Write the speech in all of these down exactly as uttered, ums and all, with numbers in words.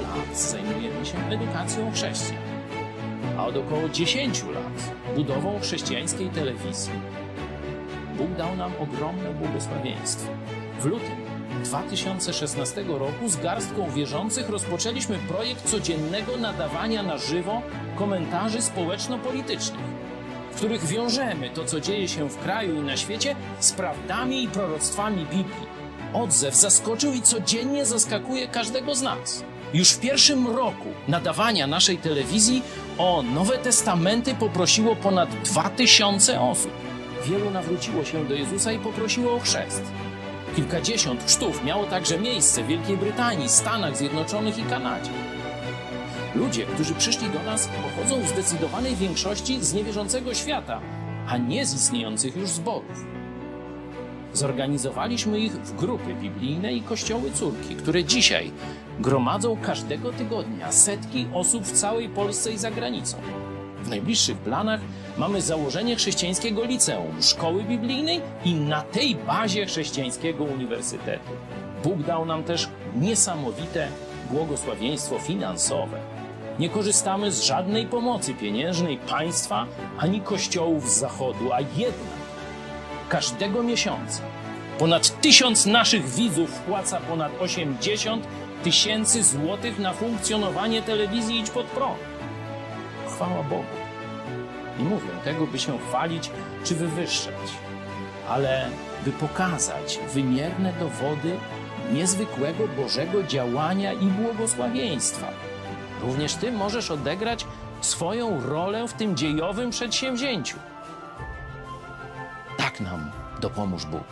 lat zajmujemy się edukacją chrześcijan, a od około dziesięciu lat budową chrześcijańskiej telewizji. Bóg dał nam ogromne błogosławieństwo. W lutym dwa tysiące szesnastego roku z garstką wierzących rozpoczęliśmy projekt codziennego nadawania na żywo komentarzy społeczno-politycznych, w których wiążemy to, co dzieje się w kraju i na świecie, z prawdami i proroctwami Biblii. Odzew zaskoczył i codziennie zaskakuje każdego z nas. Już w pierwszym roku nadawania naszej telewizji o Nowe Testamenty poprosiło ponad dwa tysiące osób. Wielu nawróciło się do Jezusa i poprosiło o chrzest. Kilkadziesiąt chrztów miało także miejsce w Wielkiej Brytanii, Stanach Zjednoczonych i Kanadzie. Ludzie, którzy przyszli do nas, pochodzą w zdecydowanej większości z niewierzącego świata, a nie z istniejących już zborów. Zorganizowaliśmy ich w grupy biblijne i kościoły córki, które dzisiaj gromadzą każdego tygodnia setki osób w całej Polsce i za granicą. W najbliższych planach mamy założenie chrześcijańskiego liceum, szkoły biblijnej i na tej bazie chrześcijańskiego uniwersytetu. Bóg dał nam też niesamowite błogosławieństwo finansowe. Nie korzystamy z żadnej pomocy pieniężnej państwa ani kościołów z zachodu, a jednak każdego miesiąca ponad tysiąc naszych widzów wpłaca ponad osiemdziesiąt tysięcy złotych na funkcjonowanie telewizji Idź Pod Prąd. Chwała Bogu. Nie mówię tego, by się chwalić czy wywyższać, ale by pokazać wymierne dowody niezwykłego Bożego działania i błogosławieństwa. Również Ty możesz odegrać swoją rolę w tym dziejowym przedsięwzięciu. Tak nam dopomóż Bóg.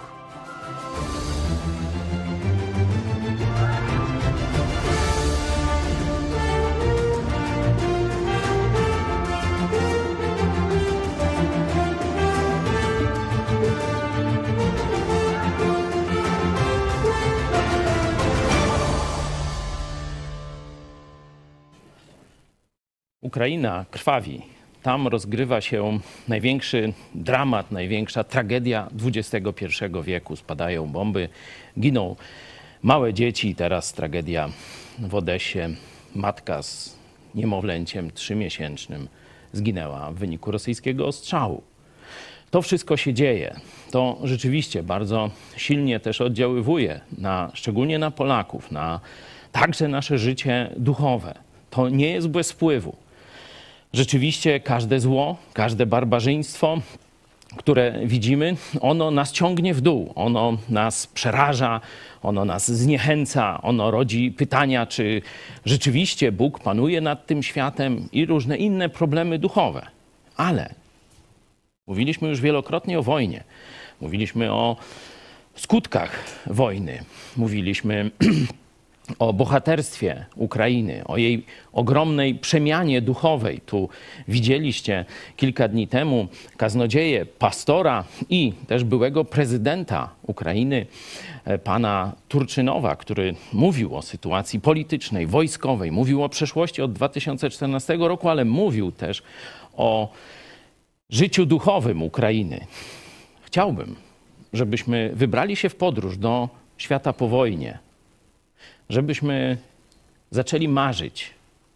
Ukraina krwawi. Tam rozgrywa się największy dramat, największa tragedia dwudziestego pierwszego wieku. Spadają bomby, giną małe dzieci. Teraz tragedia w Odessie. Matka z niemowlęciem trzymiesięcznym zginęła w wyniku rosyjskiego ostrzału. To wszystko się dzieje. To rzeczywiście bardzo silnie też oddziaływuje na, szczególnie na Polaków, na także nasze życie duchowe. To nie jest bez wpływu. Rzeczywiście każde zło, każde barbarzyństwo, które widzimy, ono nas ciągnie w dół, ono nas przeraża, ono nas zniechęca, ono rodzi pytania, czy rzeczywiście Bóg panuje nad tym światem i różne inne problemy duchowe. Ale mówiliśmy już wielokrotnie o wojnie, mówiliśmy o skutkach wojny, mówiliśmy o bohaterstwie Ukrainy, o jej ogromnej przemianie duchowej. Tu widzieliście kilka dni temu kaznodzieję, pastora i też byłego prezydenta Ukrainy, pana Turczynowa, który mówił o sytuacji politycznej, wojskowej, mówił o przeszłości od dwa tysiące czternastego roku, ale mówił też o życiu duchowym Ukrainy. Chciałbym, żebyśmy wybrali się w podróż do świata po wojnie, żebyśmy zaczęli marzyć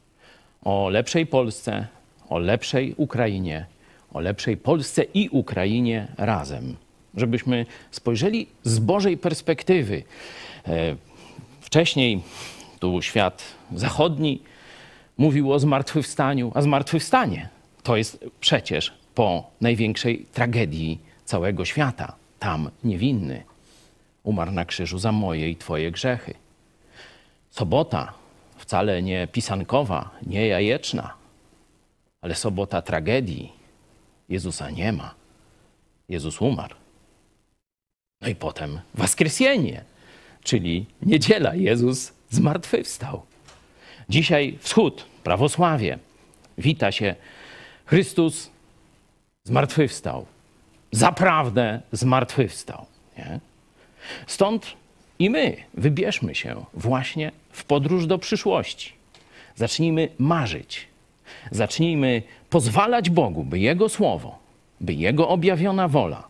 o lepszej Polsce, o lepszej Ukrainie, o lepszej Polsce i Ukrainie razem. Żebyśmy spojrzeli z Bożej perspektywy. Wcześniej tu świat zachodni mówił o zmartwychwstaniu, a zmartwychwstanie to jest przecież po największej tragedii całego świata. Tam niewinny umarł na krzyżu za moje i Twoje grzechy. Sobota wcale nie pisankowa, nie jajeczna, ale sobota tragedii. Jezusa nie ma. Jezus umarł. No i potem Woskresenie, czyli niedziela. Jezus zmartwychwstał. Dzisiaj wschód, prawosławie, wita się. Chrystus zmartwychwstał. Zaprawdę zmartwychwstał. Nie? Stąd i my wybierzmy się właśnie w podróż do przyszłości. Zacznijmy marzyć. Zacznijmy pozwalać Bogu, by Jego Słowo, by Jego objawiona wola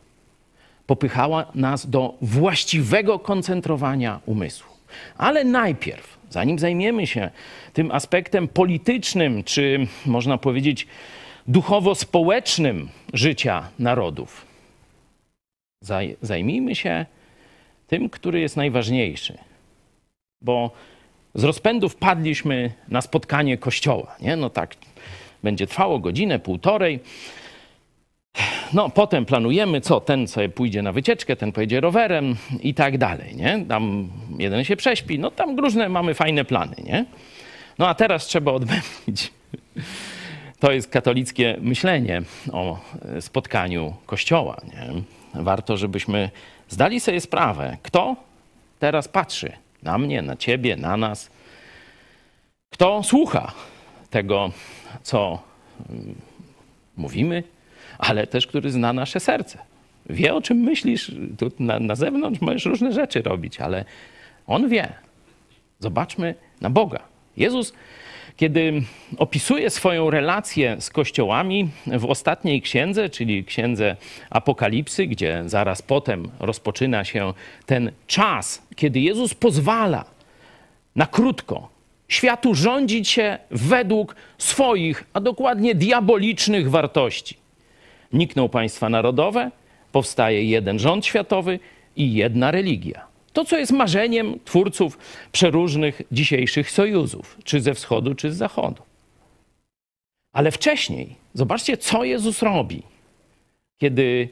popychała nas do właściwego koncentrowania umysłu. Ale najpierw zanim zajmiemy się tym aspektem politycznym, czy można powiedzieć duchowo-społecznym życia narodów, zaj- zajmijmy się tym, który jest najważniejszy. Bo z rozpędu wpadliśmy na spotkanie Kościoła. Nie? No tak, będzie trwało godzinę, półtorej. No potem planujemy, co ten sobie pójdzie na wycieczkę, ten pojedzie rowerem i tak dalej, nie? Tam jeden się prześpi, no tam różne mamy fajne plany, nie? No a teraz trzeba odbędzić. To jest katolickie myślenie o spotkaniu Kościoła, nie? Warto, żebyśmy zdali sobie sprawę, kto teraz patrzy na mnie, na ciebie, na nas, kto słucha tego, co mówimy, ale też który zna nasze serce. Wie, o czym myślisz. Tu na, na zewnątrz możesz różne rzeczy robić, ale On wie. Zobaczmy na Boga. Jezus, kiedy opisuje swoją relację z kościołami w ostatniej księdze, czyli księdze Apokalipsy, gdzie zaraz potem rozpoczyna się ten czas, kiedy Jezus pozwala na krótko światu rządzić się według swoich, a dokładnie diabolicznych wartości. Nikną państwa narodowe, powstaje jeden rząd światowy i jedna religia. To, co jest marzeniem twórców przeróżnych dzisiejszych sojuzów, czy ze wschodu, czy z zachodu. Ale wcześniej, zobaczcie, co Jezus robi, kiedy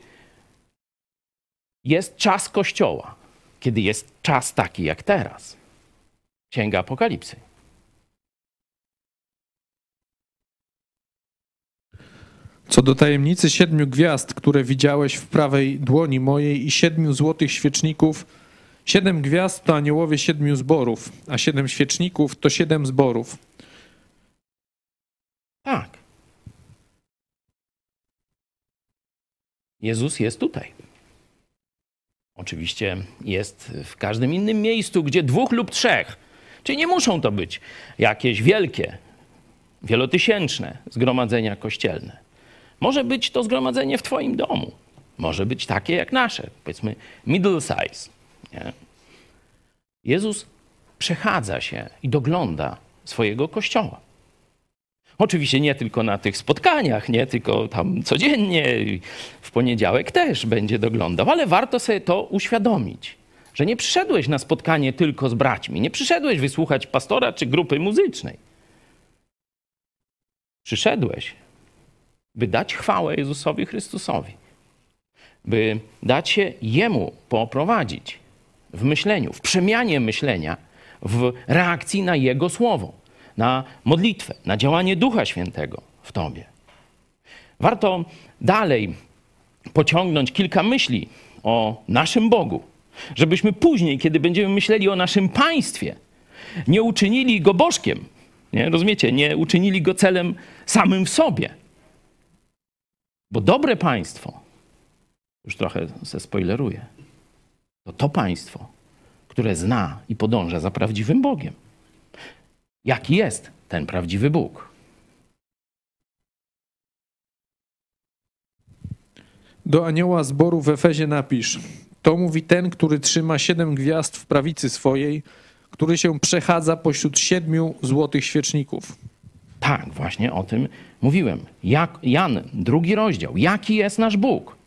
jest czas Kościoła, kiedy jest czas taki jak teraz. Księga Apokalipsy. Co do tajemnicy siedmiu gwiazd, które widziałeś w prawej dłoni mojej i siedmiu złotych świeczników, siedem gwiazd to aniołowie siedmiu zborów, a siedem świeczników to siedem zborów. Tak. Jezus jest tutaj. Oczywiście jest w każdym innym miejscu, gdzie dwóch lub trzech. Czyli nie muszą to być jakieś wielkie, wielotysięczne zgromadzenia kościelne. Może być to zgromadzenie w twoim domu. Może być takie jak nasze, powiedzmy middle size. Nie? Jezus przechadza się i dogląda swojego Kościoła. Oczywiście nie tylko na tych spotkaniach, nie tylko tam codziennie, w poniedziałek też będzie doglądał, ale warto sobie to uświadomić, że nie przyszedłeś na spotkanie tylko z braćmi, nie przyszedłeś wysłuchać pastora czy grupy muzycznej. Przyszedłeś, by dać chwałę Jezusowi Chrystusowi, by dać się Jemu poprowadzić w myśleniu, w przemianie myślenia, w reakcji na Jego Słowo, na modlitwę, na działanie Ducha Świętego w tobie. Warto dalej pociągnąć kilka myśli o naszym Bogu, żebyśmy później, kiedy będziemy myśleli o naszym państwie, nie uczynili go bożkiem, nie? Rozumiecie? Nie uczynili go celem samym w sobie. Bo dobre państwo, już trochę se spoileruję, to to państwo, które zna i podąża za prawdziwym Bogiem. Jaki jest ten prawdziwy Bóg? Do anioła zboru w Efezie napisz: to mówi ten, który trzyma siedem gwiazd w prawicy swojej, który się przechadza pośród siedmiu złotych świeczników. Tak, właśnie o tym mówiłem. Jak, Jan, drugi rozdział. Jaki jest nasz Bóg?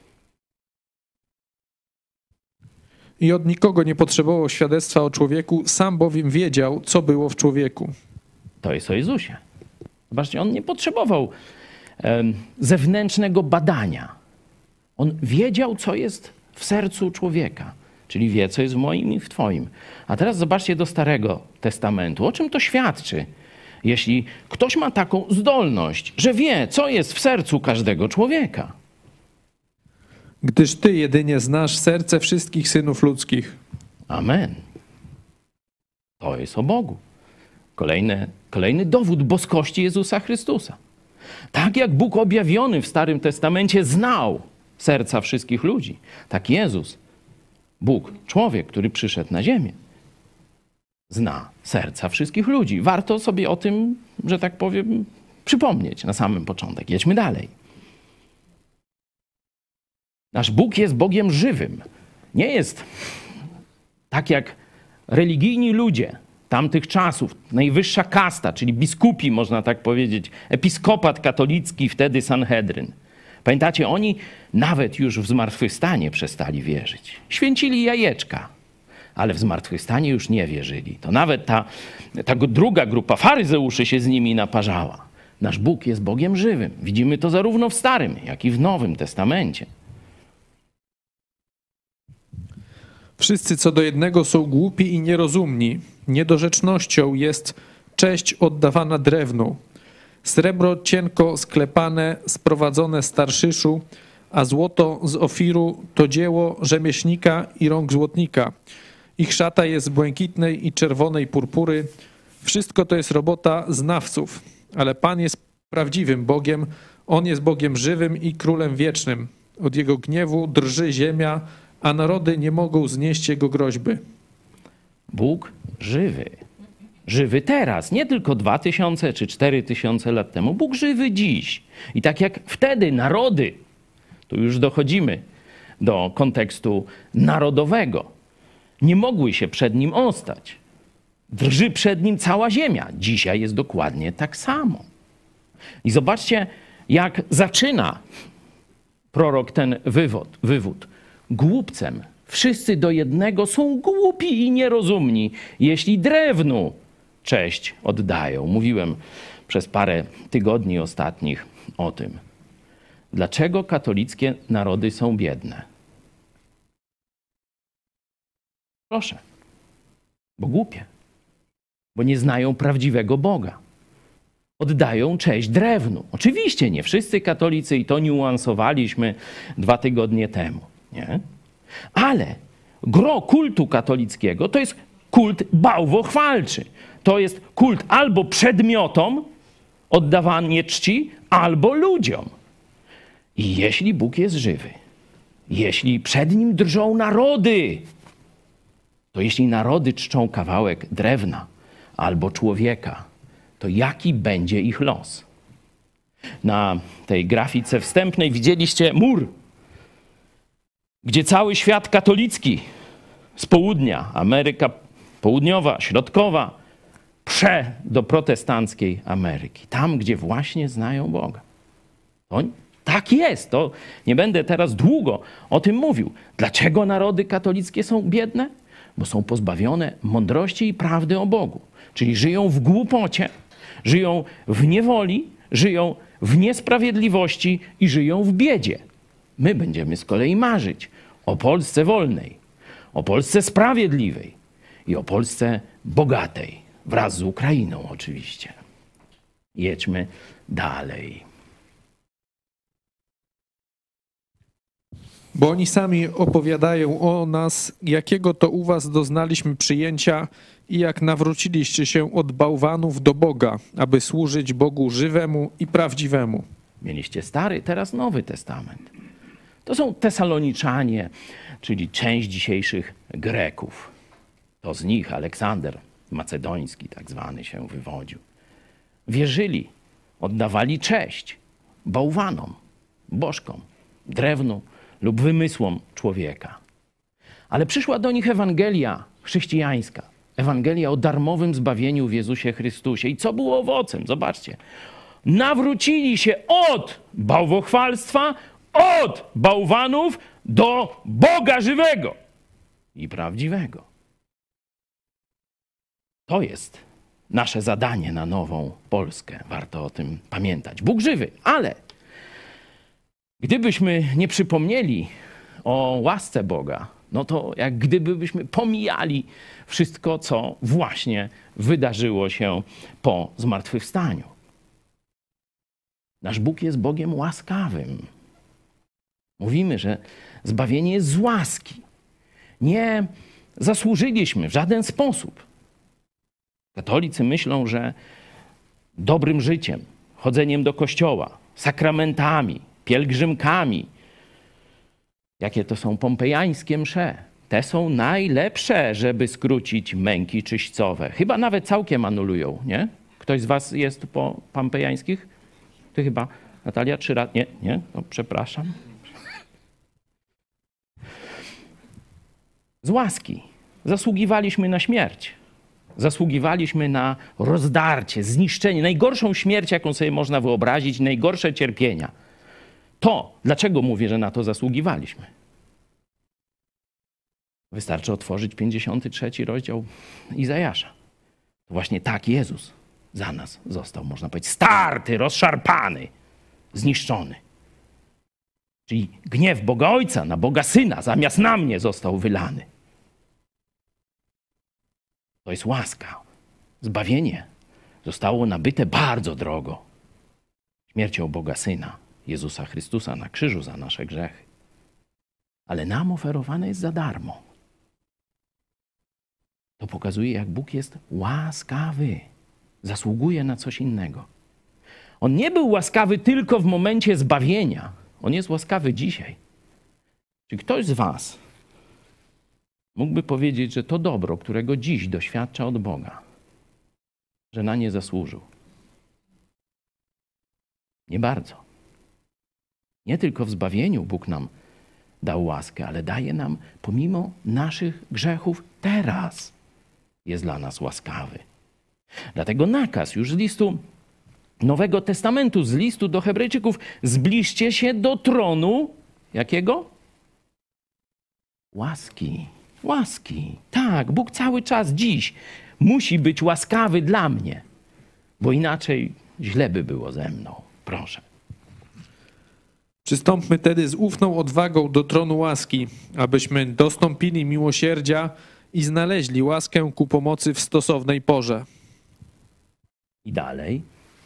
I od nikogo nie potrzebował świadectwa o człowieku, sam bowiem wiedział, co było w człowieku. To jest o Jezusie. Zobaczcie, on nie potrzebował um, zewnętrznego badania. On wiedział, co jest w sercu człowieka, czyli wie, co jest w moim i w twoim. A teraz zobaczcie do Starego Testamentu. O czym to świadczy? Jeśli ktoś ma taką zdolność, że wie, co jest w sercu każdego człowieka. Gdyż ty jedynie znasz serce wszystkich synów ludzkich. Amen. To jest o Bogu. Kolejny, kolejny dowód boskości Jezusa Chrystusa. Tak jak Bóg objawiony w Starym Testamencie znał serca wszystkich ludzi, tak Jezus, Bóg, człowiek, który przyszedł na ziemię, zna serca wszystkich ludzi. Warto sobie o tym, że tak powiem, przypomnieć na samym początek. Jedźmy dalej. Nasz Bóg jest Bogiem żywym. Nie jest tak jak religijni ludzie tamtych czasów, najwyższa kasta, czyli biskupi, można tak powiedzieć, episkopat katolicki, wtedy Sanhedryn. Pamiętacie, oni nawet już w zmartwychwstanie przestali wierzyć. Święcili jajeczka, ale w zmartwychwstanie już nie wierzyli. To nawet ta, ta druga grupa faryzeuszy się z nimi naparzała. Nasz Bóg jest Bogiem żywym. Widzimy to zarówno w Starym, jak i w Nowym Testamencie. Wszyscy co do jednego są głupi i nierozumni. Niedorzecznością jest cześć oddawana drewnu. Srebro cienko sklepane, sprowadzone z Tarszyszu, a złoto z Ofiru to dzieło rzemieślnika i rąk złotnika. Ich szata jest z błękitnej i czerwonej purpury. Wszystko to jest robota znawców, ale Pan jest prawdziwym Bogiem. On jest Bogiem żywym i Królem wiecznym. Od Jego gniewu drży ziemia, a narody nie mogą znieść Jego groźby. Bóg żywy. Żywy teraz, nie tylko dwa tysiące czy cztery tysiące lat temu. Bóg żywy dziś. I tak jak wtedy narody, tu już dochodzimy do kontekstu narodowego, nie mogły się przed Nim ostać. Drży przed Nim cała ziemia. Dzisiaj jest dokładnie tak samo. I zobaczcie, jak zaczyna prorok ten wywód. wywód. Głupcem wszyscy do jednego są głupi i nierozumni, jeśli drewnu cześć oddają. Mówiłem przez parę tygodni ostatnich o tym. Dlaczego katolickie narody są biedne? Proszę, bo głupie, bo nie znają prawdziwego Boga. Oddają cześć drewnu. Oczywiście nie wszyscy katolicy i to niuansowaliśmy dwa tygodnie temu. Nie? Ale gro kultu katolickiego to jest kult bałwochwalczy. To jest kult albo przedmiotom, oddawanie czci, albo ludziom. I jeśli Bóg jest żywy, jeśli przed Nim drżą narody, to jeśli narody czczą kawałek drewna albo człowieka, to jaki będzie ich los? Na tej grafice wstępnej widzieliście mur, gdzie cały świat katolicki z południa, Ameryka Południowa, Środkowa, prze do protestanckiej Ameryki. Tam, gdzie właśnie znają Boga. To tak jest. To nie będę teraz długo o tym mówił. Dlaczego narody katolickie są biedne? Bo są pozbawione mądrości i prawdy o Bogu. Czyli żyją w głupocie, żyją w niewoli, żyją w niesprawiedliwości i żyją w biedzie. My będziemy z kolei marzyć o Polsce wolnej, o Polsce sprawiedliwej i o Polsce bogatej, wraz z Ukrainą oczywiście. Jedźmy dalej. Bo oni sami opowiadają o nas, jakiego to u was doznaliśmy przyjęcia i jak nawróciliście się od bałwanów do Boga, aby służyć Bogu żywemu i prawdziwemu. Mieliście Stary, teraz Nowy Testament. To są Tesaloniczanie, czyli część dzisiejszych Greków. To z nich Aleksander Macedoński tak zwany się wywodził. Wierzyli, oddawali cześć bałwanom, bożkom, drewnu lub wymysłom człowieka. Ale przyszła do nich Ewangelia chrześcijańska. Ewangelia o darmowym zbawieniu w Jezusie Chrystusie. I co było owocem? Zobaczcie. Nawrócili się od bałwochwalstwa, od bałwanów do Boga żywego i prawdziwego. To jest nasze zadanie na nową Polskę. Warto o tym pamiętać. Bóg żywy, ale gdybyśmy nie przypomnieli o łasce Boga, no to jak gdybyśmy pomijali wszystko, co właśnie wydarzyło się po zmartwychwstaniu. Nasz Bóg jest Bogiem łaskawym. Mówimy, że zbawienie jest z łaski. Nie zasłużyliśmy w żaden sposób. Katolicy myślą, że dobrym życiem, chodzeniem do kościoła, sakramentami, pielgrzymkami, jakie to są pompejańskie msze, te są najlepsze, żeby skrócić męki czyśćcowe. Chyba nawet całkiem anulują, nie? Ktoś z was jest po pompejańskich? Ty chyba, Natalia, trzy razy? Nie, nie? No, przepraszam. Z łaski zasługiwaliśmy na śmierć. Zasługiwaliśmy na rozdarcie, zniszczenie, najgorszą śmierć, jaką sobie można wyobrazić, najgorsze cierpienia. To, dlaczego mówię, że na to zasługiwaliśmy? Wystarczy otworzyć pięćdziesiąty trzeci rozdział Izajasza. To właśnie tak Jezus za nas został, można powiedzieć, starty, rozszarpany, zniszczony. Czyli gniew Boga Ojca na Boga Syna zamiast na mnie został wylany. To jest łaska. Zbawienie zostało nabyte bardzo drogo. Śmiercią Boga Syna, Jezusa Chrystusa na krzyżu za nasze grzechy. Ale nam oferowane jest za darmo. To pokazuje, jak Bóg jest łaskawy. Zasługuje na coś innego. On nie był łaskawy tylko w momencie zbawienia. On jest łaskawy dzisiaj. Czy ktoś z was mógłby powiedzieć, że to dobro, którego dziś doświadcza od Boga, że na nie zasłużył? Nie bardzo. Nie tylko w zbawieniu Bóg nam dał łaskę, ale daje nam pomimo naszych grzechów teraz. Jest dla nas łaskawy. Dlatego nakaz już z listu Nowego Testamentu, z listu do Hebrajczyków, zbliżcie się do tronu jakiego? Łaski. Łaski. Tak, Bóg cały czas dziś musi być łaskawy dla mnie, bo inaczej źle by było ze mną. Proszę. Przystąpmy tedy z ufną odwagą do tronu łaski, abyśmy dostąpili miłosierdzia i znaleźli łaskę ku pomocy w stosownej porze. I dalej.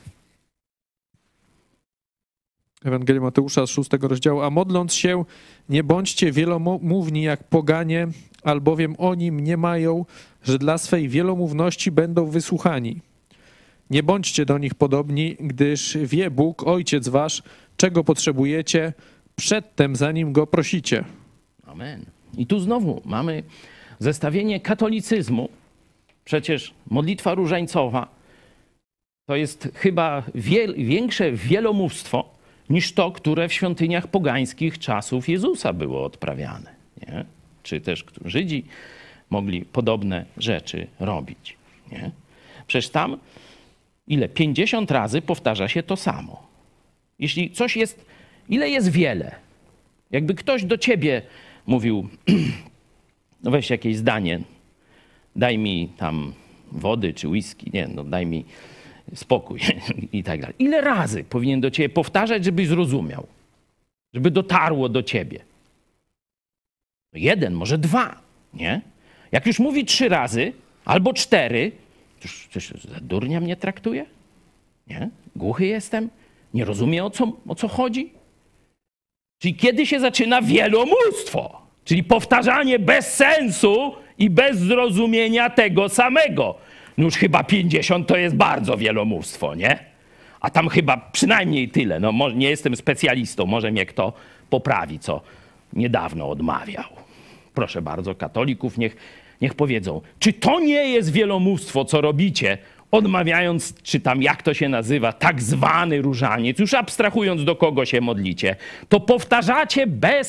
Ewangelia Mateusza z szóstego rozdziału. A modląc się, nie bądźcie wielomówni jak poganie, albowiem oni mniemają, że dla swej wielomówności będą wysłuchani. Nie bądźcie do nich podobni, gdyż wie Bóg, Ojciec wasz, czego potrzebujecie, przedtem zanim Go prosicie. Amen. I tu znowu mamy zestawienie katolicyzmu. Przecież modlitwa różańcowa to jest chyba wiel, większe wielomówstwo niż to, które w świątyniach pogańskich czasów Jezusa było odprawiane. Nie? Czy też Żydzi mogli podobne rzeczy robić. Nie? Przecież tam ile? pięćdziesiąt razy powtarza się to samo. Jeśli coś jest, ile jest wiele? Jakby ktoś do ciebie mówił, no weź jakieś zdanie, daj mi tam wody czy whisky, nie, no daj mi spokój i tak dalej. Ile razy powinien do ciebie powtarzać, żebyś zrozumiał? Żeby dotarło do ciebie? Jeden, może dwa, nie? Jak już mówi trzy razy albo cztery, Czyż, czyż za durnia mnie traktuje? Nie? Głuchy jestem? Nie rozumiem, o co, o co chodzi? Czyli kiedy się zaczyna wielomóstwo? Czyli powtarzanie bez sensu i bez zrozumienia tego samego. No już chyba pięćdziesiąt to jest bardzo wielomóstwo, nie? A tam chyba przynajmniej tyle. No może nie jestem specjalistą, może mnie kto poprawi, co niedawno odmawiał. Proszę bardzo, katolików niech Niech powiedzą, czy to nie jest wielomóstwo, co robicie, odmawiając, czy tam jak to się nazywa, tak zwany różaniec, już abstrahując do kogo się modlicie, to powtarzacie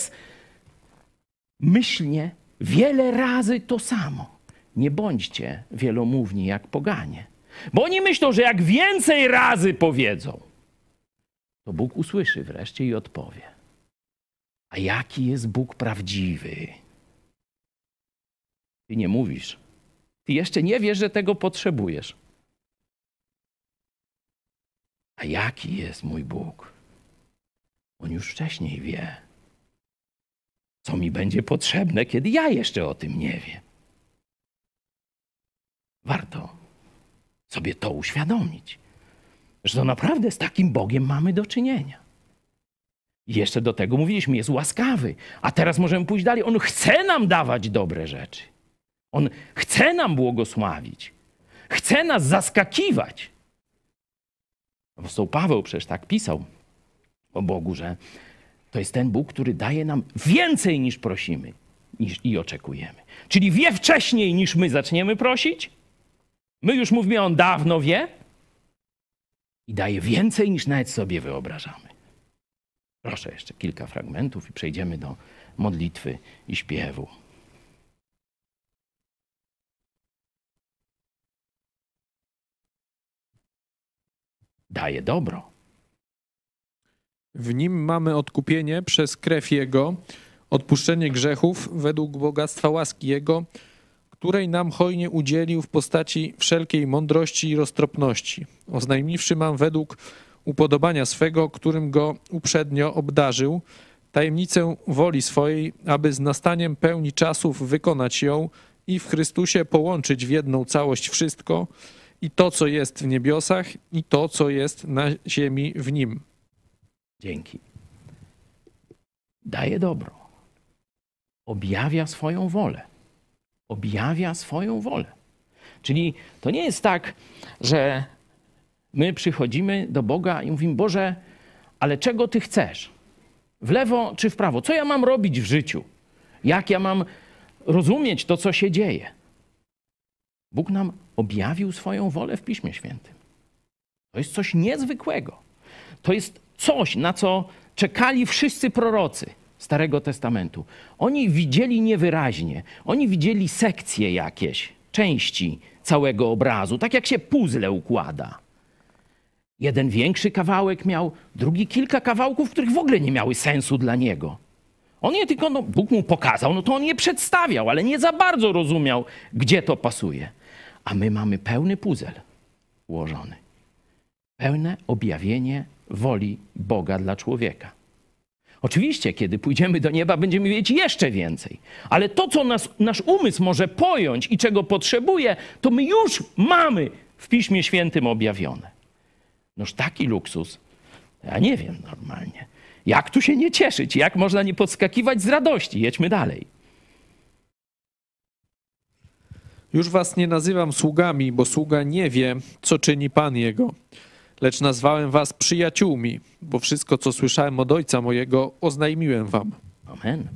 bezmyślnie wiele razy to samo. Nie bądźcie wielomówni jak poganie. Bo oni myślą, że jak więcej razy powiedzą, to Bóg usłyszy wreszcie i odpowie. A jaki jest Bóg prawdziwy? Ty nie mówisz. Ty jeszcze nie wiesz, że tego potrzebujesz. A jaki jest mój Bóg? On już wcześniej wie, co mi będzie potrzebne, kiedy ja jeszcze o tym nie wiem. Warto sobie to uświadomić, że to naprawdę z takim Bogiem mamy do czynienia. I jeszcze do tego mówiliśmy, jest łaskawy, a teraz możemy pójść dalej. On chce nam dawać dobre rzeczy. On chce nam błogosławić. Chce nas zaskakiwać. Apostoł Paweł przecież tak pisał o Bogu, że to jest ten Bóg, który daje nam więcej niż prosimy niż i oczekujemy. Czyli wie wcześniej niż my zaczniemy prosić. My już mówimy, on dawno wie i daje więcej niż nawet sobie wyobrażamy. Proszę jeszcze kilka fragmentów i przejdziemy do modlitwy i śpiewu. daje dobro. W nim mamy odkupienie przez krew Jego, odpuszczenie grzechów według bogactwa łaski Jego, której nam hojnie udzielił w postaci wszelkiej mądrości i roztropności. Oznajmiwszy mam według upodobania swego, którym Go uprzednio obdarzył, tajemnicę woli swojej, aby z nastaniem pełni czasów wykonać ją i w Chrystusie połączyć w jedną całość wszystko, i to, co jest w niebiosach, i to, co jest na ziemi w Nim. Dzięki. Daje dobro. Objawia swoją wolę. Objawia swoją wolę. Czyli to nie jest tak, że my przychodzimy do Boga i mówimy: Boże, ale czego Ty chcesz? W lewo czy w prawo? Co ja mam robić w życiu? Jak ja mam rozumieć to, co się dzieje? Bóg nam objawił swoją wolę w Piśmie Świętym. To jest coś niezwykłego. To jest coś, na co czekali wszyscy prorocy Starego Testamentu. Oni widzieli niewyraźnie, oni widzieli sekcje jakieś, części całego obrazu, tak jak się puzzle układa. Jeden większy kawałek miał, drugi kilka kawałków, których w ogóle nie miały sensu dla niego. On je tylko, no, Bóg mu pokazał, no to on je przedstawiał, ale nie za bardzo rozumiał, gdzie to pasuje. A my mamy pełny puzzle ułożony. Pełne objawienie woli Boga dla człowieka. Oczywiście, kiedy pójdziemy do nieba, będziemy wiedzieć jeszcze więcej. Ale to, co nas, nasz umysł może pojąć i czego potrzebuje, to my już mamy w Piśmie Świętym objawione. Noż taki luksus, ja nie wiem normalnie. Jak tu się nie cieszyć? Jak można nie podskakiwać z radości? Jedźmy dalej. Już was nie nazywam sługami, bo sługa nie wie, co czyni Pan jego. Lecz nazwałem was przyjaciółmi, bo wszystko, co słyszałem od Ojca mojego, oznajmiłem wam. Amen.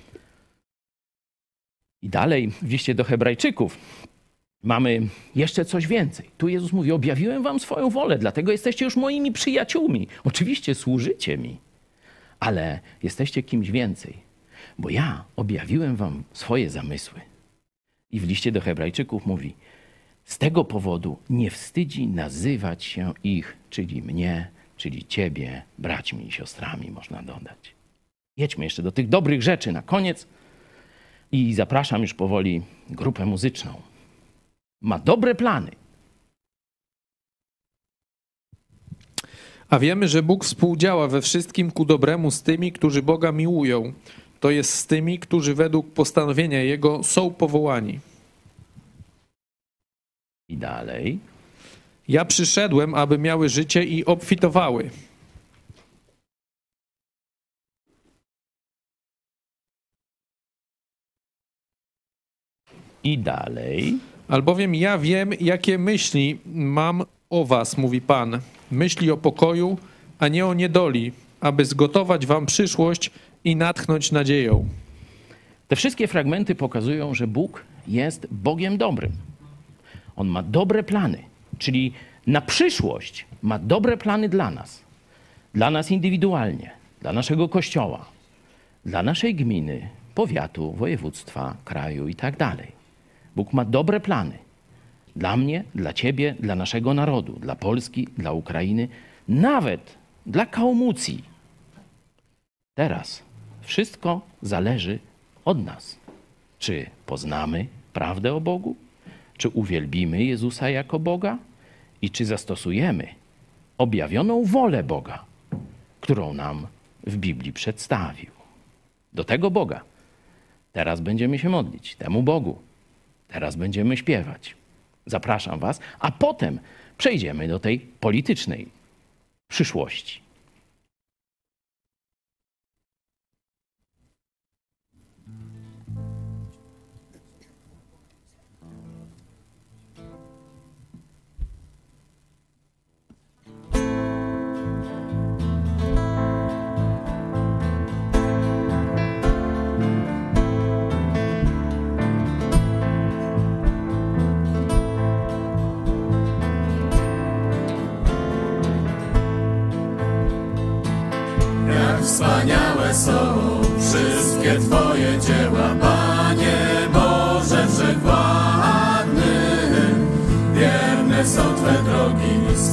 I dalej w liście do Hebrajczyków mamy jeszcze coś więcej. Tu Jezus mówi: objawiłem wam swoją wolę, dlatego jesteście już moimi przyjaciółmi. Oczywiście służycie mi, ale jesteście kimś więcej, bo ja objawiłem wam swoje zamysły. I w liście do Hebrajczyków mówi: z tego powodu nie wstydzi nazywać się ich, czyli mnie, czyli ciebie, braćmi i siostrami, można dodać. Jedźmy jeszcze do tych dobrych rzeczy na koniec i zapraszam już powoli grupę muzyczną. Ma dobre plany. A wiemy, że Bóg współdziała we wszystkim ku dobremu z tymi, którzy Boga miłują. To jest z tymi, którzy według postanowienia Jego są powołani. I dalej. Ja przyszedłem, aby miały życie i obfitowały. I dalej. Albowiem ja wiem, jakie myśli mam o was, mówi Pan. Myśli o pokoju, a nie o niedoli, aby zgotować wam przyszłość i natchnąć nadzieją. Te wszystkie fragmenty pokazują, że Bóg jest Bogiem dobrym. On ma dobre plany, czyli na przyszłość ma dobre plany dla nas. Dla nas indywidualnie, dla naszego Kościoła, dla naszej gminy, powiatu, województwa, kraju i tak dalej. Bóg ma dobre plany. Dla mnie, dla ciebie, dla naszego narodu, dla Polski, dla Ukrainy, nawet dla Kaumucji. Teraz wszystko zależy od nas. Czy poznamy prawdę o Bogu? Czy uwielbimy Jezusa jako Boga? I czy zastosujemy objawioną wolę Boga, którą nam w Biblii przedstawił? Do tego Boga teraz będziemy się modlić, temu Bogu. Teraz będziemy śpiewać. Zapraszam was, a potem przejdziemy do tej politycznej przyszłości. Wspaniałe są wszystkie Twoje dzieła, Panie Boże Wszechwładny. Wierne są Twe drogi.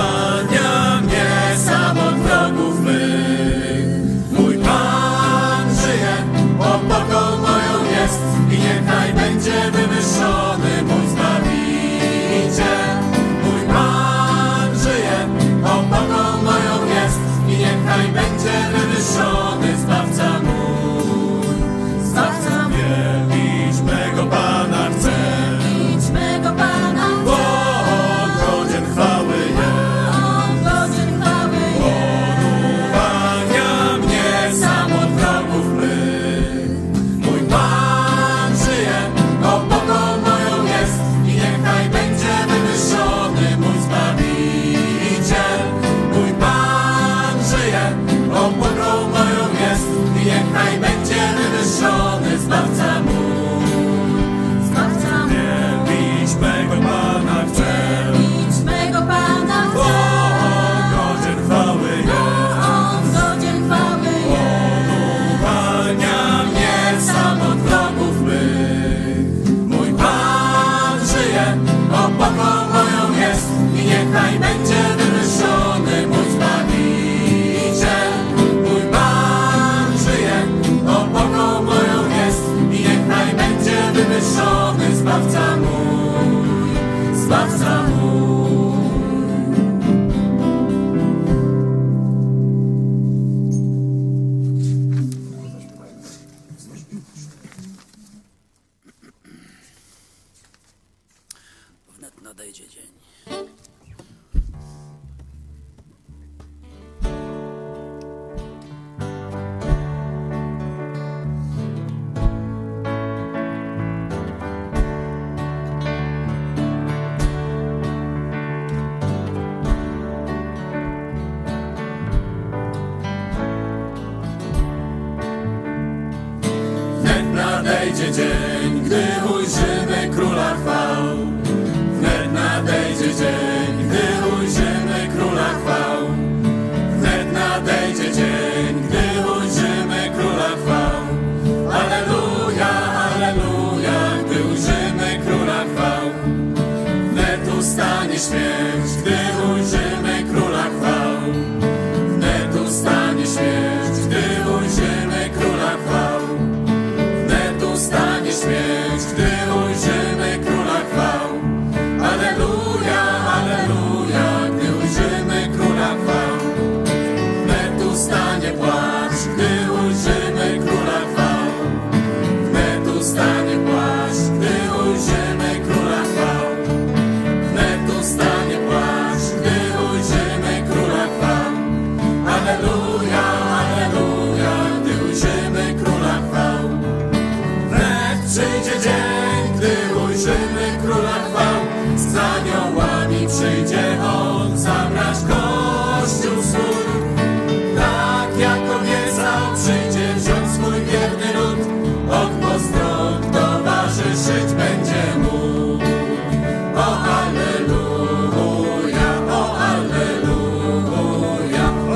nadejdzie dzień, gdy ujrzymy Króla chwał. Wnet nadejdzie dzień, gdy ujrzymy Króla chwał. Wnet nadejdzie dzień, gdy ujrzymy Króla chwał. Alleluja, alleluja, gdy ujrzymy Króla chwał. Wnet ustanie śmierć, gdy ujrzymy Króla chwał. Wnet ustanie śmierć, gdy ujrzymy Króla chwał. Wnet ustanie śmierć, gdy ujrzymy Króla chwał. Alleluja, alleluja, gdy ujrzymy Króla chwał. Wnet ustanie płacz, gdy ujrzymy Króla chwał. Wnet ustanie płacz, gdy ujrzymy Króla chwał. Wnet ustanie płacz, gdy ujrzymy Króla chwał. Alleluja, alleluja, gdy ujrzymy Króla chwał. Wnet przyjdzie dzień, gdy ujrzymy Króla chwał. Z aniołami przyjdzie On zabrać Kościół swój. Tak jak obiecał, przyjdzie wziąć swój wierny lud. Od postron towarzyszyć będzie Mu. O alleluja, o alleluja, o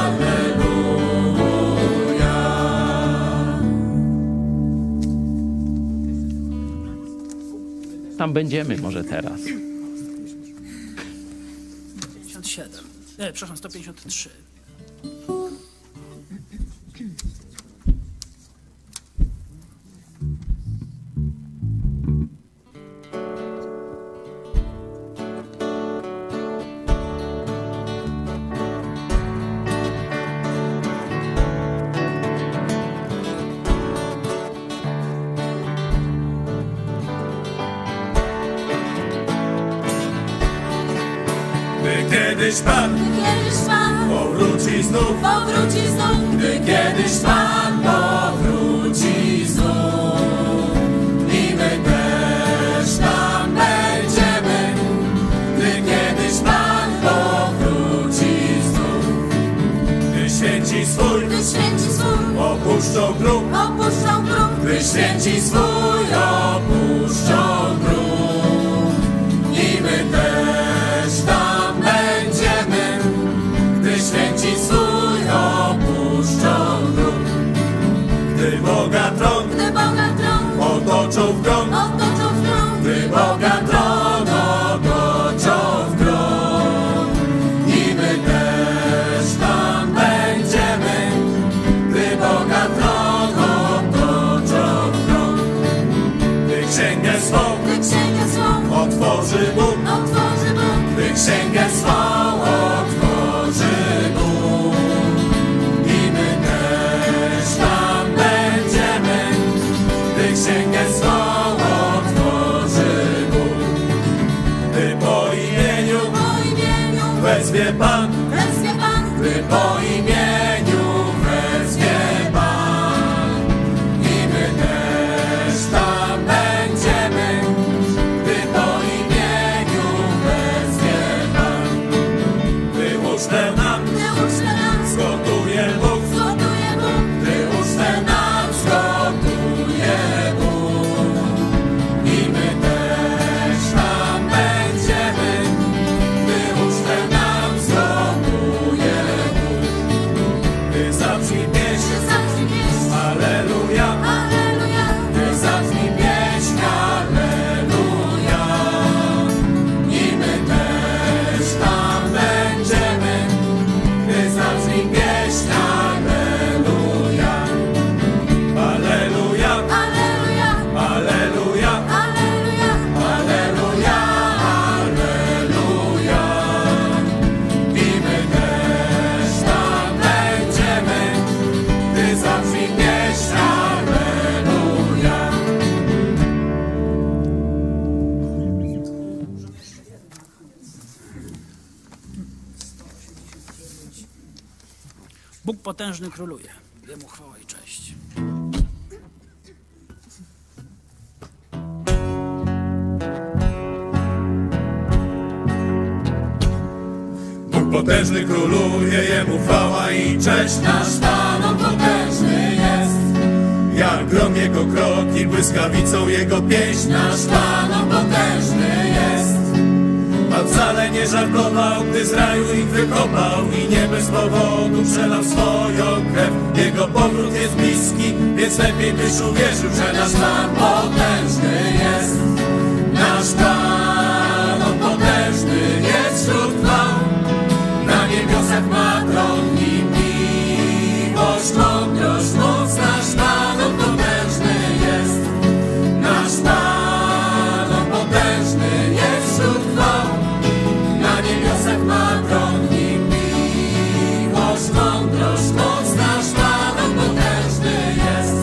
alleluja. Tam będziemy może teraz. pięćdziesiąt siedem. Nie, przepraszam, sto pięćdziesiąt trzy. Gdy kiedyś Pan Kiedyś Pan powróci znów, powróci znów, gdy kiedyś Pan powróci znów i my też tam będziemy, gdy kiedyś Pan powróci znów. Gdy święci swój gdy święci swój opuszczą grób, opuszczą grób, gdy święci swój opuszczą grób i my też tam będziemy, gdy święci swój opuszczą grób. Gdy Boga tron gdy Boga tron otoczą w gron, otoczą w gron, gdy Boga tron otoczą w gron i my też tam będziemy, gdy Boga tron otoczą w gron. Gdy księgę swą gdy księgę swą otworzy Bóg, otworzy Bóg, gdy księgę swą otworzy Bóg i my też tam będziemy, gdy księgę swą otworzy Bóg. Gdy po imieniu po imieniu wezwie Pan, wezwie Pan, gdy po imieniu wezwie Pan i my też tam będziemy, gdy po imieniu wezwie Pan. Gdy ucztę nam gdy ucztę nam zgotuje Bóg, zgotuje Bóg, gdy ucztę nam zgotuje Bóg i my też tam będziemy, gdy ucztę nam zgotuje Bóg. Gdy zabrzmi pieśń, zabrzmi pieśń, alleluja, alleluja, gdy zabrzmi pieśń, alleluja i my też tam będziemy, gdy zabrzmi pieśń, alleluja, alleluja, alleluja, alleluja, alleluja, alleluja, alleluja i my też tam będziemy, gdy zabrzmi pieśń, alleluja. Bóg potężny króluje. Jemu chwała i cześć. Bóg potężny króluje, Jemu chwała i cześć. Nasz Pan, On potężny jest. Jak grom jego krok i błyskawicą jego pieśń. Nasz Pan on potężny jest. Pan wcale nie żartował, gdy z raju ich wykopał i nie bez powodu przelał swoją krew. Jego powrót jest bliski, więc lepiej byś uwierzył, że nasz Pan potężny jest. Nasz Pan on potężny jest wśród chwał. Na niebiosach ma tron i miłość, mądrość, moc. Nasz Pan on potężny jest. Nasz Pan on potężny jest wśród chwał. Na niebiosach ma tron i miłość, mądrość, moc. Nasz Pan on potężny jest.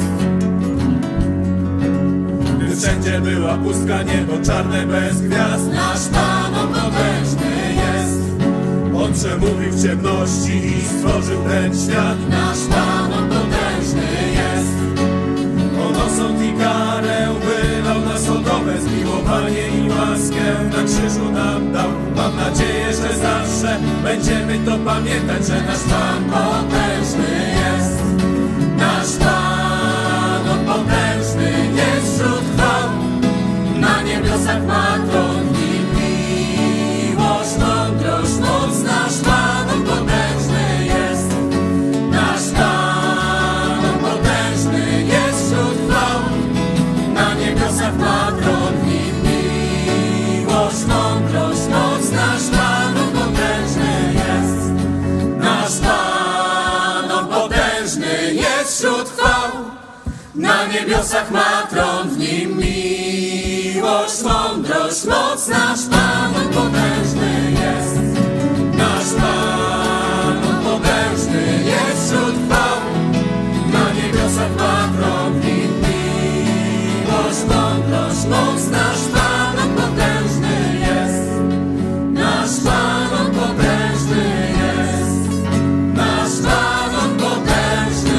Gdy wszędzie była pustka, niebo czarne bez gwiazd. Nasz Pan on potężny jest. On przemówił w ciemności i stworzył ten świat. Nasz Pan on potężny jest. On osąd i karę wylał na Sodomę. Zmiłowanie i łaskę na krzyżu nam dał. Mam nadzieję, że zawsze będziemy to pamiętać, że nasz Pan potężny jest. Nasz Pan on potężny jest wśród chwał. Na niebiosach ma tron i miłość, mądrość, moc. Nasz Pan on potężny jest. Nasz Pan on potężny jest wśród chwał. Na niebiosach ma tron i miłość, mądrość, moc. Nasz Pan on potężny jest. Nasz Pan on potężny jest wśród chwał. Na niebiosach ma tron, w nim miłość, mądrość, moc. Nasz Pan on potężny jest. Nasz Pan on potężny jest wśród chwał. Na niebiosach ma tron, w nim miłość, mądrość, moc. Nasz Pan on potężny jest. Nasz Pan on potężny jest. Nasz Pan on potężny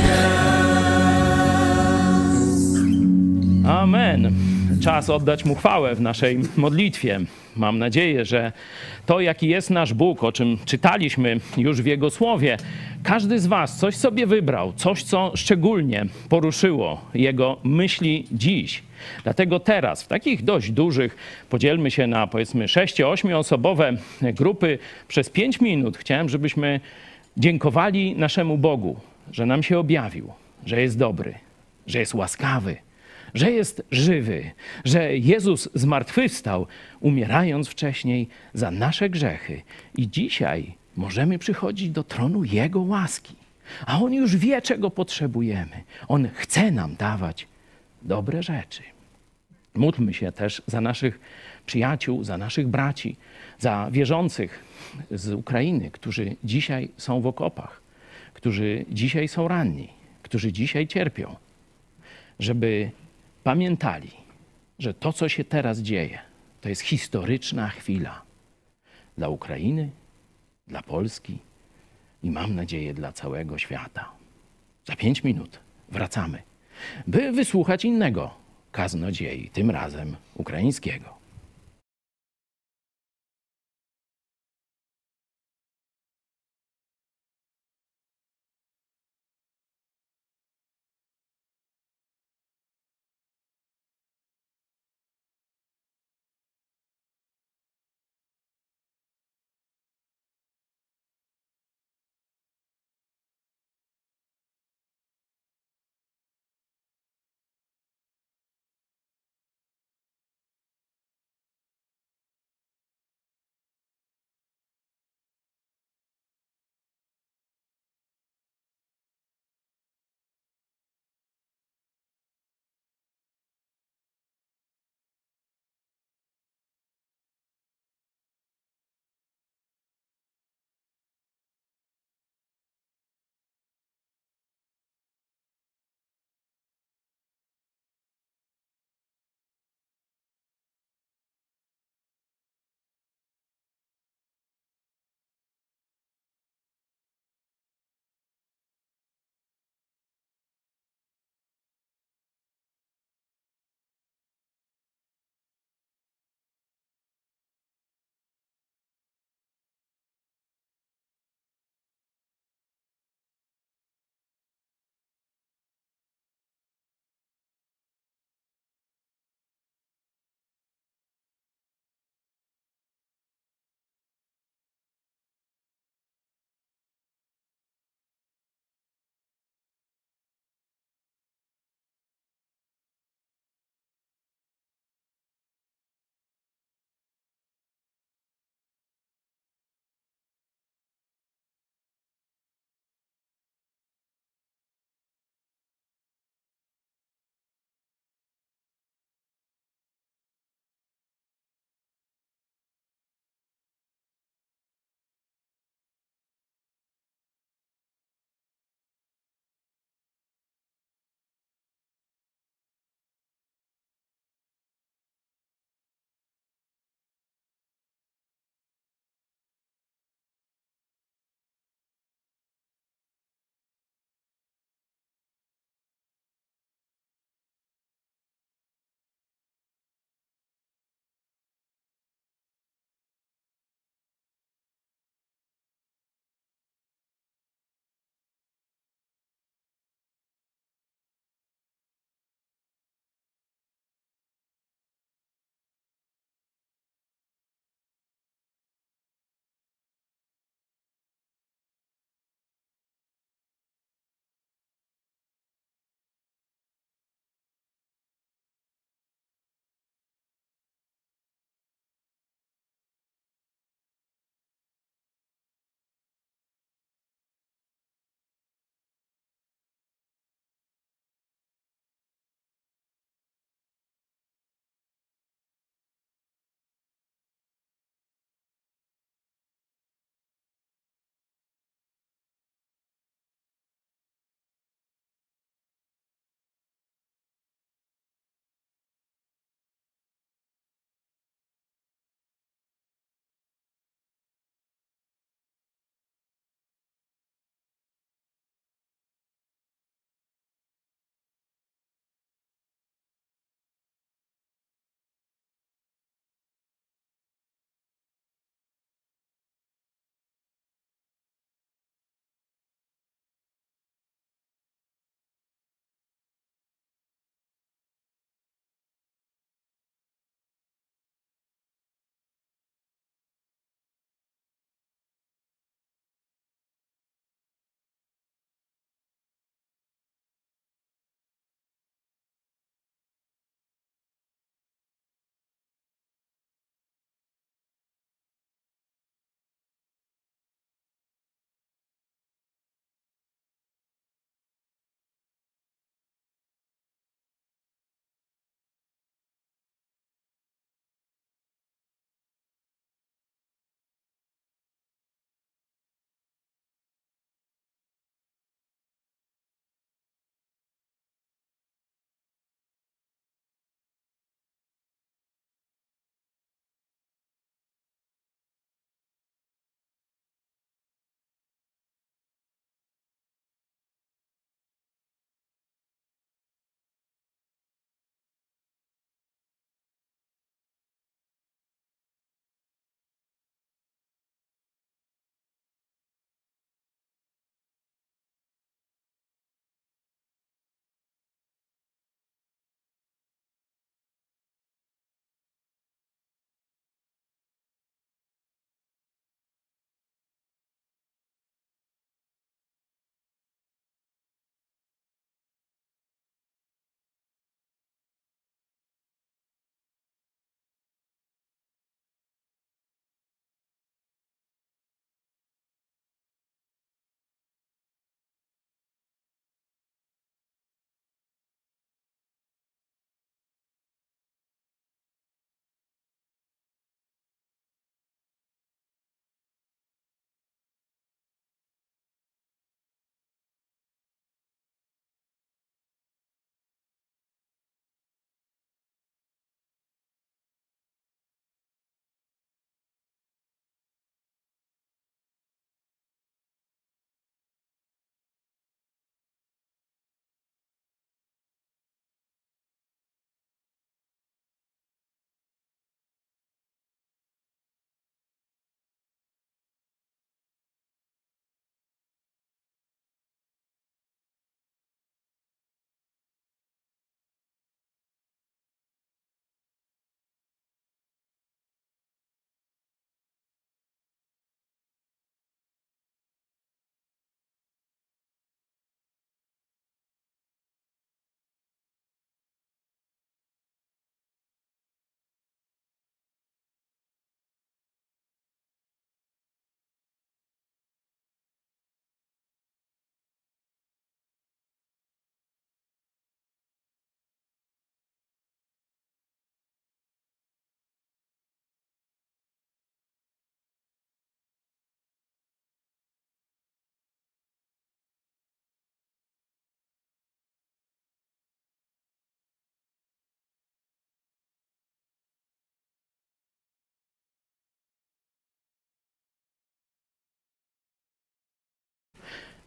jest. Amen. Czas oddać Mu chwałę w naszej modlitwie. Mam nadzieję, że to, jaki jest nasz Bóg, o czym czytaliśmy już w Jego Słowie, każdy z was coś sobie wybrał, coś, co szczególnie poruszyło Jego myśli dziś. Dlatego teraz w takich dość dużych, podzielmy się na powiedzmy sześcio-ośmioosobowe grupy, przez pięć minut chciałem, żebyśmy dziękowali naszemu Bogu, że nam się objawił, że jest dobry, że jest łaskawy, że jest żywy, że Jezus zmartwychwstał, umierając wcześniej za nasze grzechy. I dzisiaj możemy przychodzić do tronu Jego łaski. A On już wie, czego potrzebujemy. On chce nam dawać dobre rzeczy. Módlmy się też za naszych przyjaciół, za naszych braci, za wierzących z Ukrainy, którzy dzisiaj są w okopach, którzy dzisiaj są ranni, którzy dzisiaj cierpią, żeby pamiętali, że to, co się teraz dzieje, to jest historyczna chwila dla Ukrainy, dla Polski i mam nadzieję dla całego świata. Za pięć minut wracamy, by wysłuchać innego kaznodziei, tym razem ukraińskiego.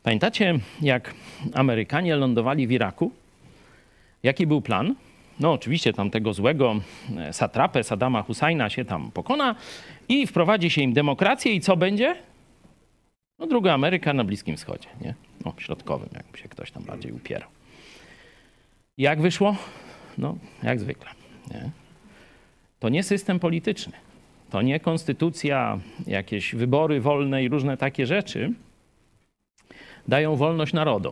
Pamiętacie, jak Amerykanie lądowali w Iraku? Jaki był plan? No oczywiście tam tego złego satrapę Saddama Husajna się tam pokona i wprowadzi się im demokrację i co będzie? No druga Ameryka na Bliskim Wschodzie, nie? No środkowym, jakby się ktoś tam bardziej upierał. Jak wyszło? No jak zwykle, nie? To nie system polityczny, to nie konstytucja, jakieś wybory wolne i różne takie rzeczy dają wolność narodom.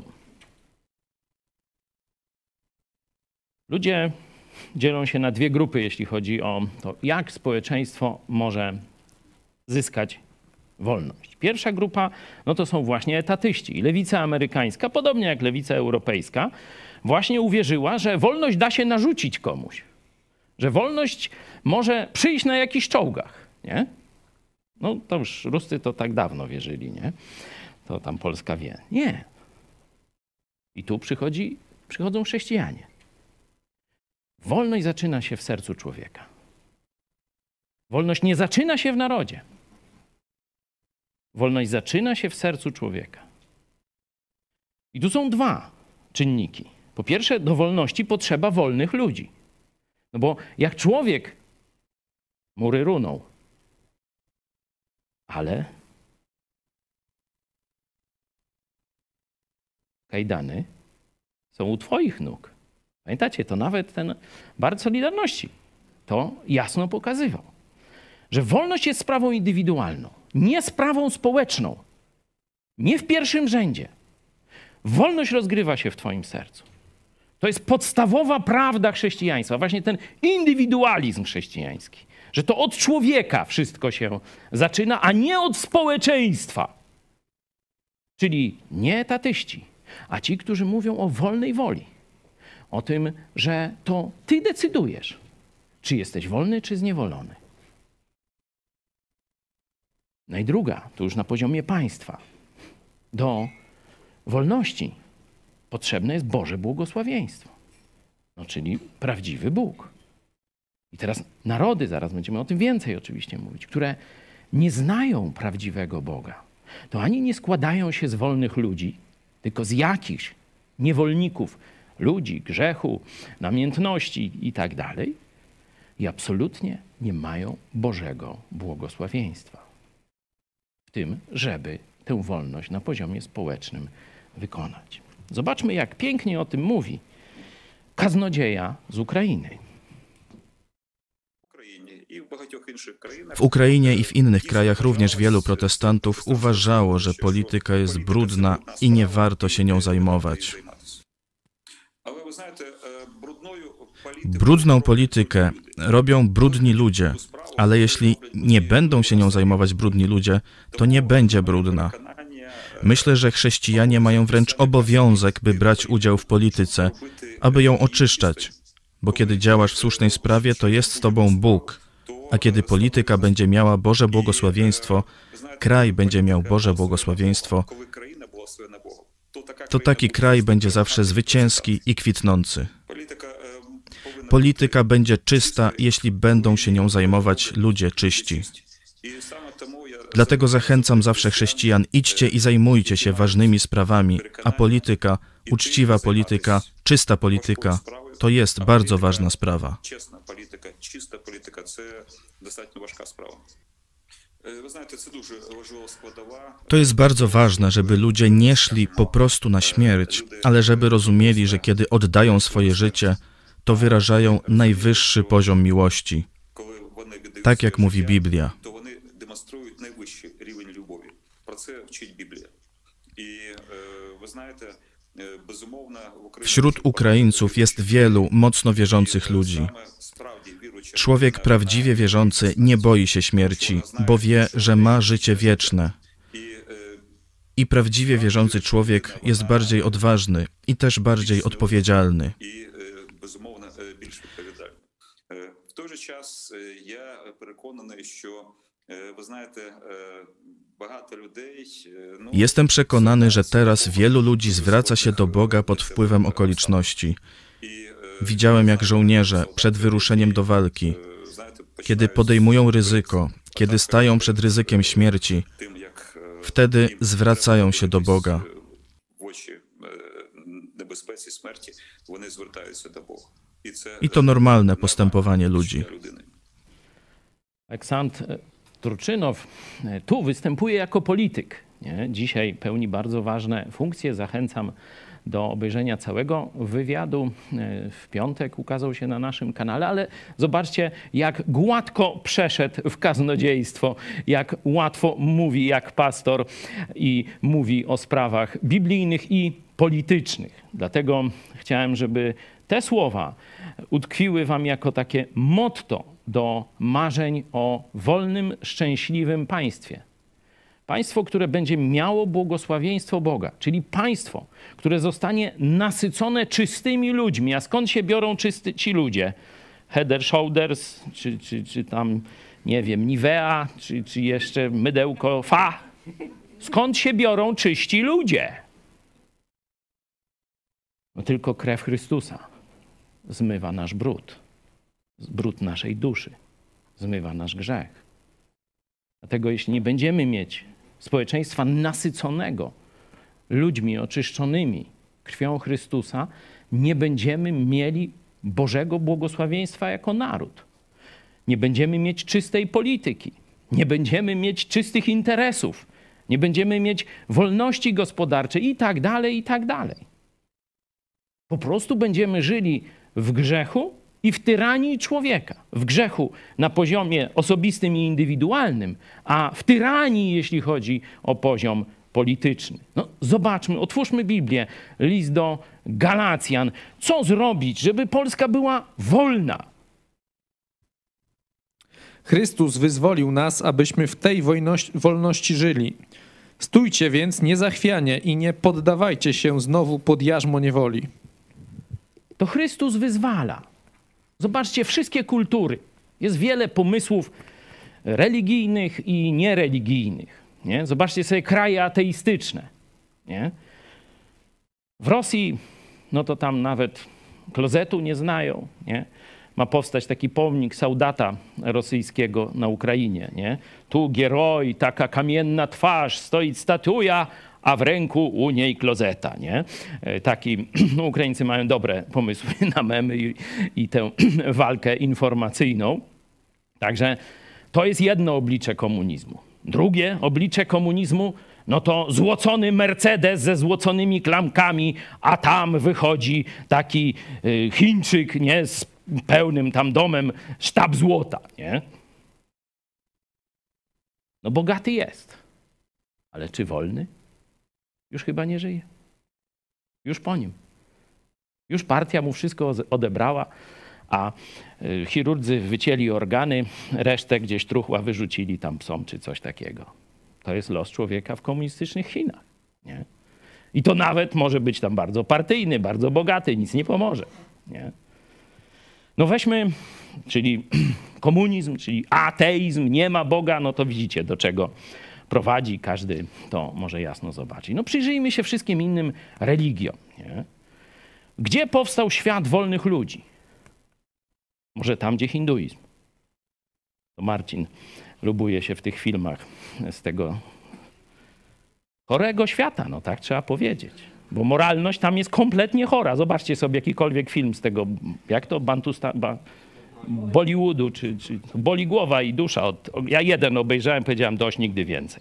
Ludzie dzielą się na dwie grupy, jeśli chodzi o to, jak społeczeństwo może zyskać wolność. Pierwsza grupa, no to są właśnie etatyści. I lewica amerykańska, podobnie jak lewica europejska, właśnie uwierzyła, że wolność da się narzucić komuś. Że wolność może przyjść na jakichś czołgach, nie? No to już Ruscy to tak dawno wierzyli, nie? To tam Polska wie. Nie. I tu przychodzi, przychodzą chrześcijanie. Wolność zaczyna się w sercu człowieka. Wolność nie zaczyna się w narodzie. Wolność zaczyna się w sercu człowieka. I tu są dwa czynniki. Po pierwsze, do wolności potrzeba wolnych ludzi. No bo jak człowiek, mury runą, ale kajdany są u twoich nóg. Pamiętacie, to nawet ten Bart Solidarności to jasno pokazywał, że wolność jest sprawą indywidualną, nie sprawą społeczną, nie w pierwszym rzędzie. Wolność rozgrywa się w twoim sercu. To jest podstawowa prawda chrześcijaństwa, właśnie ten indywidualizm chrześcijański, że to od człowieka wszystko się zaczyna, a nie od społeczeństwa. Czyli nie etatyści, a ci, którzy mówią o wolnej woli. O tym, że to ty decydujesz, czy jesteś wolny, czy zniewolony. No i druga, to już na poziomie państwa. Do wolności potrzebne jest Boże błogosławieństwo. No, czyli prawdziwy Bóg. I teraz narody, zaraz będziemy o tym więcej oczywiście mówić, które nie znają prawdziwego Boga, to ani nie składają się z wolnych ludzi, tylko z jakichś niewolników, ludzi, grzechu, namiętności i tak dalej, i absolutnie nie mają Bożego błogosławieństwa w tym, żeby tę wolność na poziomie społecznym wykonać. Zobaczmy, jak pięknie o tym mówi kaznodzieja z Ukrainy. W Ukrainie i w innych krajach również wielu protestantów uważało, że polityka jest brudna i nie warto się nią zajmować. Brudną politykę robią brudni ludzie, ale jeśli nie będą się nią zajmować brudni ludzie, to nie będzie brudna. Myślę, że chrześcijanie mają wręcz obowiązek, by brać udział w polityce, aby ją oczyszczać, bo kiedy działasz w słusznej sprawie, to jest z tobą Bóg, a kiedy polityka będzie miała Boże błogosławieństwo, kraj będzie miał Boże błogosławieństwo, to taki kraj będzie zawsze zwycięski i kwitnący. Polityka będzie czysta, jeśli będą się nią zajmować ludzie czyści. Dlatego zachęcam zawsze chrześcijan, idźcie i zajmujcie się ważnymi sprawami, a polityka, uczciwa polityka, czysta polityka, to jest bardzo ważna sprawa. To jest bardzo ważne, żeby ludzie nie szli po prostu na śmierć, ale żeby rozumieli, że kiedy oddają swoje życie, to wyrażają najwyższy poziom miłości. Tak jak mówi Biblia. Wśród Ukraińców jest wielu mocno wierzących ludzi. Człowiek prawdziwie wierzący nie boi się śmierci, bo wie, że ma życie wieczne. I prawdziwie wierzący człowiek jest bardziej odważny i też bardziej odpowiedzialny. Jestem przekonany, że teraz wielu ludzi zwraca się do Boga pod wpływem okoliczności. Widziałem, jak żołnierze przed wyruszeniem do walki, kiedy podejmują ryzyko, kiedy stają przed ryzykiem śmierci, wtedy zwracają się do Boga. безпеці смерті, вони звертаються до Бога. І це I to normalne postępowanie ludzi. людини. Aleksandr Turczynow tu występuje jako polityk. Nie? Dzisiaj pełni bardzo ważne funkcje. Zachęcam do obejrzenia całego wywiadu. W piątek ukazał się na naszym kanale, ale zobaczcie, jak gładko przeszedł w kaznodziejstwo, jak łatwo mówi jak pastor i mówi o sprawach biblijnych i politycznych. Dlatego chciałem, żeby te słowa utkwiły wam jako takie motto do marzeń o wolnym, szczęśliwym państwie. Państwo, które będzie miało błogosławieństwo Boga, czyli państwo, które zostanie nasycone czystymi ludźmi. A skąd się biorą czysty, ci ludzie? Head and Shoulders, czy, czy, czy tam, nie wiem, Nivea, czy, czy jeszcze mydełko Fa. Skąd się biorą czyści ludzie? No tylko krew Chrystusa zmywa nasz brud, brud naszej duszy, zmywa nasz grzech. Dlatego jeśli nie będziemy mieć społeczeństwa nasyconego ludźmi oczyszczonymi krwią Chrystusa, nie będziemy mieli Bożego błogosławieństwa jako naród. Nie będziemy mieć czystej polityki, nie będziemy mieć czystych interesów, nie będziemy mieć wolności gospodarczej i tak dalej, i tak dalej. Po prostu będziemy żyli w grzechu i w tyranii człowieka. W grzechu na poziomie osobistym i indywidualnym, a w tyranii, jeśli chodzi o poziom polityczny. No, zobaczmy, otwórzmy Biblię, list do Galacjan. Co zrobić, żeby Polska była wolna? Chrystus wyzwolił nas, abyśmy w tej wojności, wolności żyli. Stójcie więc niezachwianie i nie poddawajcie się znowu pod jarzmo niewoli. To Chrystus wyzwala. Zobaczcie, wszystkie kultury. Jest wiele pomysłów religijnych i niereligijnych. Nie? Zobaczcie sobie kraje ateistyczne. Nie? W Rosji, no to tam nawet klozetu nie znają. Nie? Ma powstać taki pomnik soldata rosyjskiego na Ukrainie. Nie? Tu gieroj, taka kamienna twarz, stoi statuja, a w ręku u niej klozeta, nie? Taki, no, Ukraińcy mają dobre pomysły na memy i, i tę walkę informacyjną. Także to jest jedno oblicze komunizmu. Drugie oblicze komunizmu, no to złocony Mercedes ze złoconymi klamkami, a tam wychodzi taki y, Chińczyk, nie? Z pełnym tam domem, sztab złota, nie? No bogaty jest, ale czy wolny? Już chyba nie żyje. Już po nim. Już partia mu wszystko odebrała, a chirurdzy wycięli organy, resztę gdzieś truchła wyrzucili tam psom czy coś takiego. To jest los człowieka w komunistycznych Chinach. Nie? I to nawet może być tam bardzo partyjny, bardzo bogaty, nic nie pomoże. Nie? No weźmy, czyli komunizm, czyli ateizm, nie ma Boga, no to widzicie do czego prowadzi, każdy to może jasno zobaczyć. No przyjrzyjmy się wszystkim innym religiom. Nie? Gdzie powstał świat wolnych ludzi? Może tam, gdzie hinduizm. To Marcin lubuje się w tych filmach z tego chorego świata, no tak trzeba powiedzieć. Bo moralność tam jest kompletnie chora. Zobaczcie sobie jakikolwiek film z tego, jak to Bantusta, ba, Bollywoodu, czy, czy boli głowa i dusza. Od, ja jeden obejrzałem, powiedziałem dość, nigdy więcej.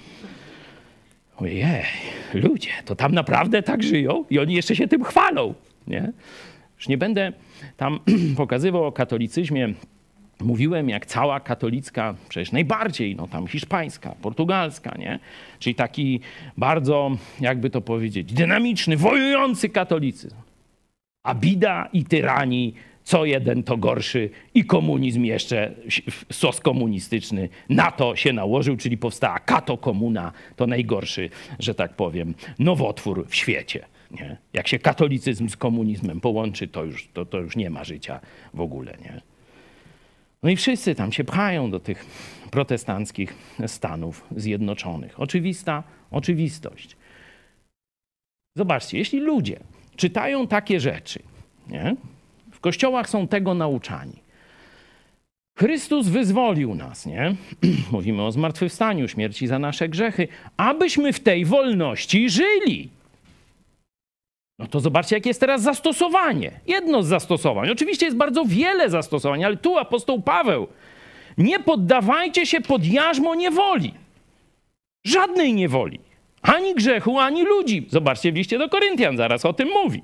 Ojej, ludzie, to tam naprawdę tak żyją i oni jeszcze się tym chwalą, nie? Już nie będę tam pokazywał o katolicyzmie. Mówiłem, jak cała katolicka, przecież najbardziej, no tam hiszpańska, portugalska, nie? Czyli taki bardzo, jakby to powiedzieć, dynamiczny, wojujący katolicyzm. A bida i tyranii, co jeden to gorszy i komunizm jeszcze, sos komunistyczny na to się nałożył, czyli powstała katokomuna, to najgorszy, że tak powiem, nowotwór w świecie. Nie? Jak się katolicyzm z komunizmem połączy, to już, to, to już nie ma życia w ogóle, nie? No i wszyscy tam się pchają do tych protestanckich Stanów Zjednoczonych. Oczywista oczywistość. Zobaczcie, jeśli ludzie czytają takie rzeczy, nie? W kościołach są tego nauczani. Chrystus wyzwolił nas, nie? Mówimy o zmartwychwstaniu, śmierci za nasze grzechy, abyśmy w tej wolności żyli. No to zobaczcie, jakie jest teraz zastosowanie. Jedno z zastosowań. Oczywiście jest bardzo wiele zastosowań, ale tu apostoł Paweł: nie poddawajcie się pod jarzmo niewoli. Żadnej niewoli. Ani grzechu, ani ludzi. Zobaczcie w liście do Koryntian, zaraz o tym mówi.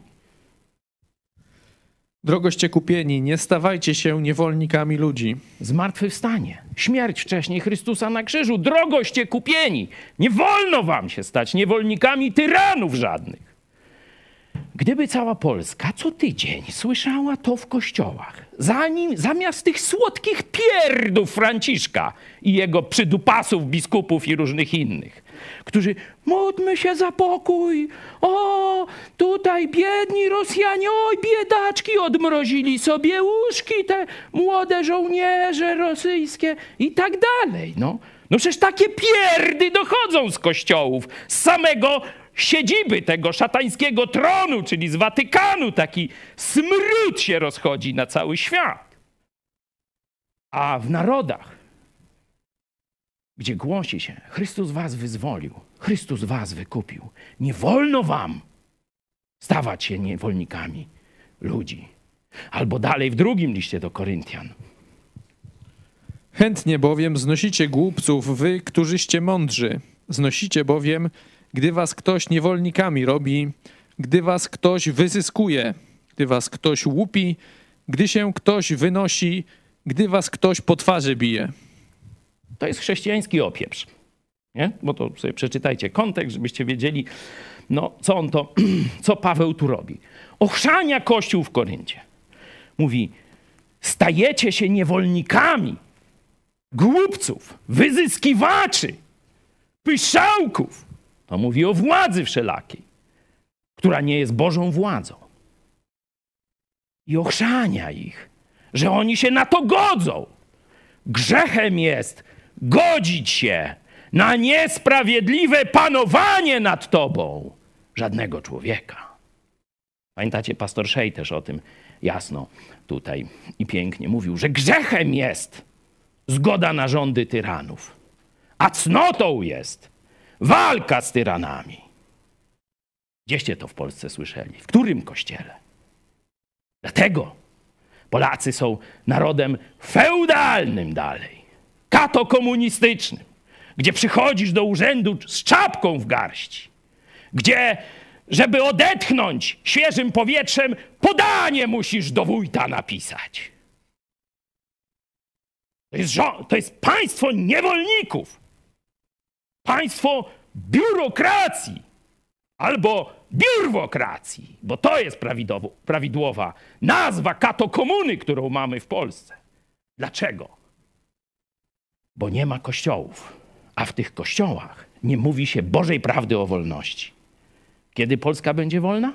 Drogoście kupieni, nie stawajcie się niewolnikami ludzi. Zmartwychwstanie, śmierć wcześniej Chrystusa na krzyżu. Drogoście kupieni, nie wolno wam się stać niewolnikami tyranów żadnych. Gdyby cała Polska co tydzień słyszała to w kościołach, zanim, zamiast tych słodkich pierdów Franciszka i jego przydupasów, biskupów i różnych innych, którzy módlmy się za pokój, o, tutaj biedni Rosjanie, oj, biedaczki, odmrozili sobie łóżki, te młode żołnierze rosyjskie i tak dalej. No, no przecież takie pierdy dochodzą z kościołów, z samego siedziby tego szatańskiego tronu, czyli z Watykanu. Taki smród się rozchodzi na cały świat. A w narodach, gdzie głosi się: Chrystus was wyzwolił, Chrystus was wykupił, nie wolno wam stawać się niewolnikami ludzi. Albo dalej w drugim liście do Koryntian: Chętnie bowiem znosicie głupców, wy, którzyście mądrzy. Znosicie bowiem, gdy was ktoś niewolnikami robi, gdy was ktoś wyzyskuje, gdy was ktoś łupi, gdy się ktoś wynosi, gdy was ktoś po twarzy bije. To jest chrześcijański opieprz. Nie? Bo to sobie przeczytajcie kontekst, żebyście wiedzieli, no, co on to, co Paweł tu robi. Ochrzania Kościół w Koryncie. Mówi: stajecie się niewolnikami głupców, wyzyskiwaczy, pyszałków. To mówi o władzy wszelakiej, która nie jest Bożą władzą. I ochrzania ich, że oni się na to godzą. Grzechem jest godzić się na niesprawiedliwe panowanie nad tobą żadnego człowieka. Pamiętacie, pastor Szej też o tym jasno tutaj i pięknie mówił, że grzechem jest zgoda na rządy tyranów, a cnotą jest walka z tyranami. Gdzieście to w Polsce słyszeli? W którym kościele? Dlatego Polacy są narodem feudalnym dalej, katokomunistycznym, gdzie przychodzisz do urzędu z czapką w garści, gdzie, żeby odetchnąć świeżym powietrzem, podanie musisz do wójta napisać. To jest, to jest państwo niewolników, państwo biurokracji albo biurwokracji, bo to jest prawidłowa nazwa katokomuny, którą mamy w Polsce. Dlaczego? Bo nie ma kościołów, a w tych kościołach nie mówi się Bożej prawdy o wolności. Kiedy Polska będzie wolna?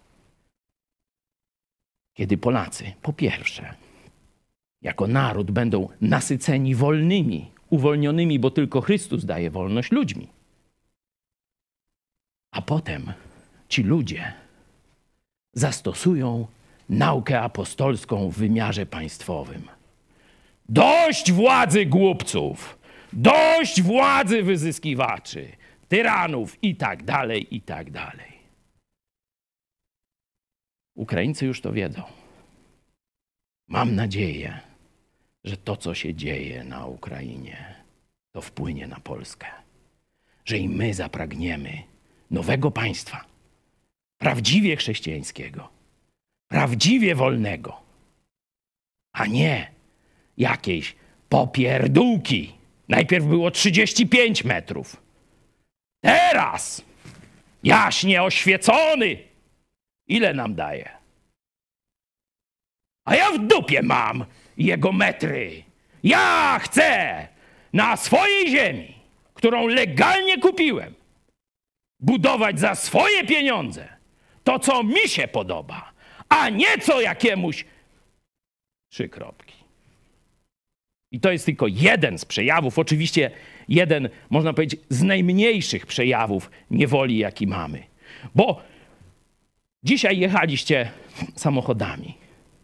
Kiedy Polacy, po pierwsze, jako naród będą nasyceni wolnymi, uwolnionymi, bo tylko Chrystus daje wolność, ludźmi. A potem ci ludzie zastosują naukę apostolską w wymiarze państwowym. Dość władzy głupców, dość władzy wyzyskiwaczy, tyranów i tak dalej, i tak dalej. Ukraińcy już to wiedzą. Mam nadzieję, że to, co się dzieje na Ukrainie, to wpłynie na Polskę. Że i my zapragniemy nowego państwa, prawdziwie chrześcijańskiego, prawdziwie wolnego, a nie jakiejś popierdółki. Najpierw było trzydzieści pięć metrów. Teraz jaśnie oświecony. Ile nam daje? A ja w dupie mam jego metry. Ja chcę na swojej ziemi, którą legalnie kupiłem, budować za swoje pieniądze to, co mi się podoba, a nie co jakiemuś trzy kropki. I to jest tylko jeden z przejawów, oczywiście jeden, można powiedzieć, z najmniejszych przejawów niewoli, jaki mamy. Bo dzisiaj jechaliście samochodami.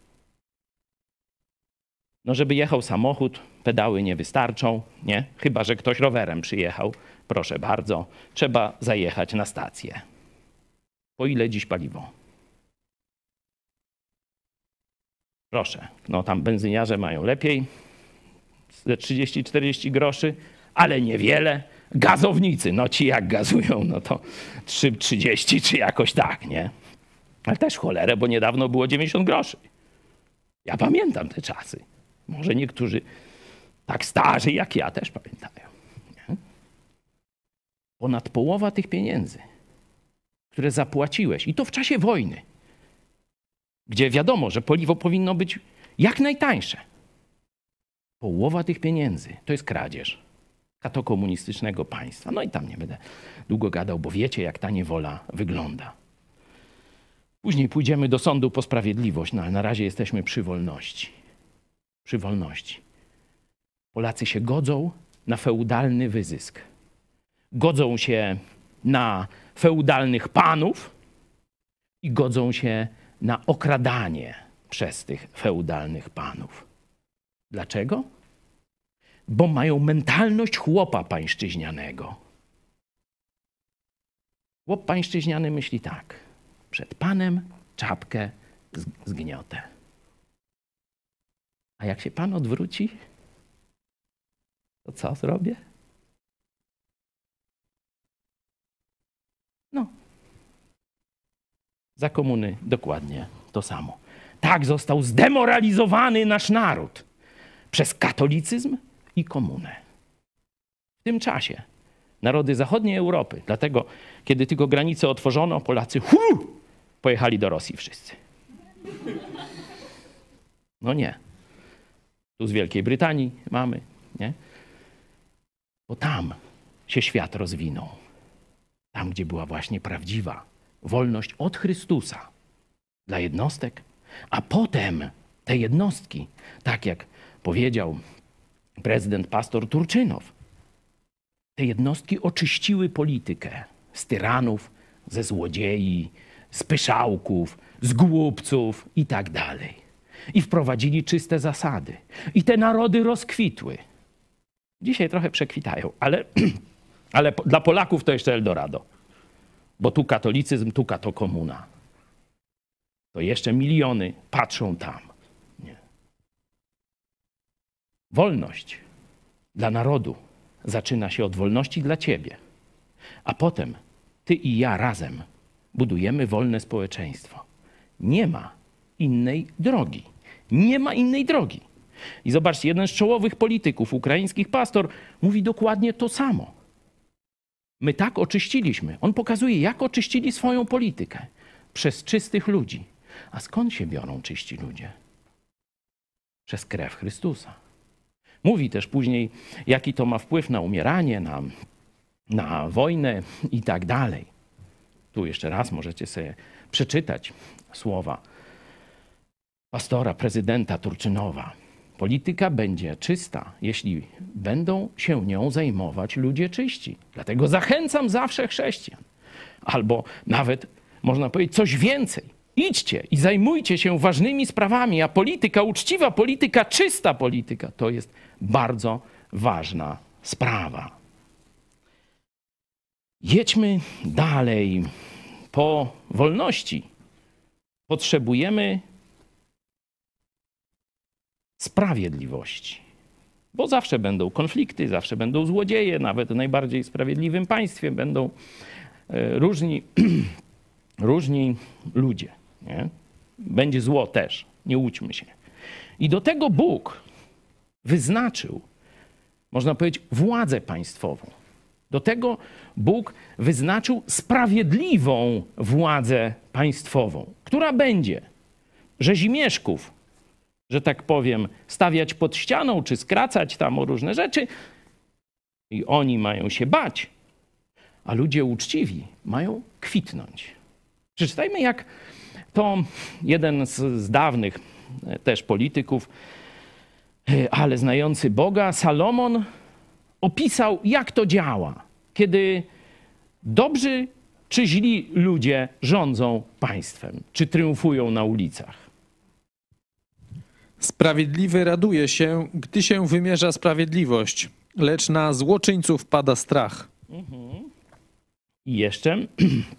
No, żeby jechał samochód, pedały nie wystarczą, nie? Chyba że ktoś rowerem przyjechał. Proszę bardzo, trzeba zajechać na stację. Po ile dziś paliwo? Proszę, no tam benzyniarze mają lepiej, ze trzydzieści czterdzieści groszy, ale niewiele. Gazownicy, no ci jak gazują, no to trzy trzydzieści czy jakoś tak, nie? Ale też cholerę, bo niedawno było dziewięćdziesiąt groszy. Ja pamiętam te czasy. Może niektórzy tak starzy jak ja też pamiętają. Nie? Ponad połowa tych pieniędzy, które zapłaciłeś, i to w czasie wojny, gdzie wiadomo, że paliwo powinno być jak najtańsze. Połowa tych pieniędzy to jest kradzież katokomunistycznego państwa. No i tam nie będę długo gadał, bo wiecie, jak ta niewola wygląda. Później pójdziemy do sądu po sprawiedliwość, no ale na razie jesteśmy przy wolności. Przy wolności. Polacy się godzą na feudalny wyzysk. Godzą się na feudalnych panów i godzą się na okradanie przez tych feudalnych panów. Dlaczego? Bo mają mentalność chłopa pańszczyźnianego. Chłop pańszczyźniany myśli tak. Przed panem czapkę zgniotę. A jak się pan odwróci, to co zrobię? No. Za komuny dokładnie to samo. Tak został zdemoralizowany nasz naród przez katolicyzm i komunę. W tym czasie narody zachodniej Europy, dlatego kiedy tylko granice otworzono, Polacy hu, pojechali do Rosji wszyscy. No nie. Tu z Wielkiej Brytanii mamy, nie? Bo tam się świat rozwinął. Tam, gdzie była właśnie prawdziwa wolność od Chrystusa dla jednostek, a potem te jednostki, tak jak powiedział prezydent pastor Turczynow, te jednostki oczyściły politykę z tyranów, ze złodziei, z pyszałków, z głupców i tak dalej. I wprowadzili czyste zasady. I te narody rozkwitły. Dzisiaj trochę przekwitają, ale, ale dla Polaków to jeszcze Eldorado. Bo tu katolicyzm, tu katokomuna. To jeszcze miliony patrzą tam. Nie. Wolność dla narodu zaczyna się od wolności dla ciebie. A potem ty i ja razem budujemy wolne społeczeństwo. Nie ma innej drogi. Nie ma innej drogi. I zobaczcie, jeden z czołowych polityków, ukraińskich pastor, mówi dokładnie to samo. My tak oczyściliśmy. On pokazuje, jak oczyścili swoją politykę. Przez czystych ludzi. A skąd się biorą czyści ludzie? Przez krew Chrystusa. Mówi też później, jaki to ma wpływ na umieranie, na, na wojnę i tak dalej. Tu jeszcze raz możecie sobie przeczytać słowa pastora, prezydenta Turczynowa. Polityka będzie czysta, jeśli będą się nią zajmować ludzie czyści. Dlatego zachęcam zawsze chrześcijan. Albo nawet, można powiedzieć, coś więcej. Idźcie i zajmujcie się ważnymi sprawami, a polityka, uczciwa polityka, czysta polityka, to jest bardzo ważna sprawa. Jedźmy dalej. Po wolności potrzebujemy sprawiedliwości. Bo zawsze będą konflikty, zawsze będą złodzieje, nawet w najbardziej sprawiedliwym państwie będą różni, różni ludzie. Nie? Będzie zło też, nie łudźmy się. I do tego Bóg wyznaczył, można powiedzieć, władzę państwową. Do tego Bóg wyznaczył sprawiedliwą władzę państwową, która będzie rzezimieszków, że tak powiem, stawiać pod ścianą, czy skracać tam o różne rzeczy. I oni mają się bać, a ludzie uczciwi mają kwitnąć. Przeczytajmy, jak to jeden z, z dawnych też polityków, ale znający Boga, Salomon, opisał, jak to działa, kiedy dobrzy czy źli ludzie rządzą państwem, czy triumfują na ulicach. Sprawiedliwy raduje się, gdy się wymierza sprawiedliwość, lecz na złoczyńców pada strach. Mhm. I jeszcze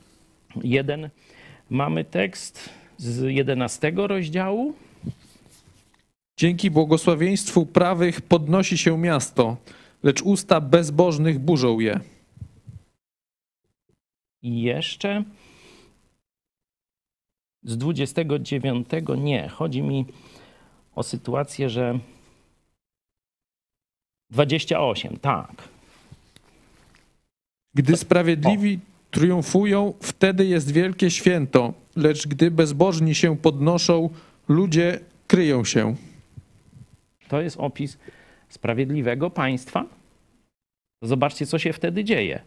jeden mamy tekst z jedenastego rozdziału. Dzięki błogosławieństwu prawych podnosi się miasto, lecz usta bezbożnych burzą je. I jeszcze z dwudziestego dziewiątego nie. Chodzi mi o sytuację, że dwadzieścia osiem, tak. Gdy sprawiedliwi triumfują, wtedy jest wielkie święto, lecz gdy bezbożni się podnoszą, ludzie kryją się. To jest opis sprawiedliwego państwa. Zobaczcie, co się wtedy dzieje.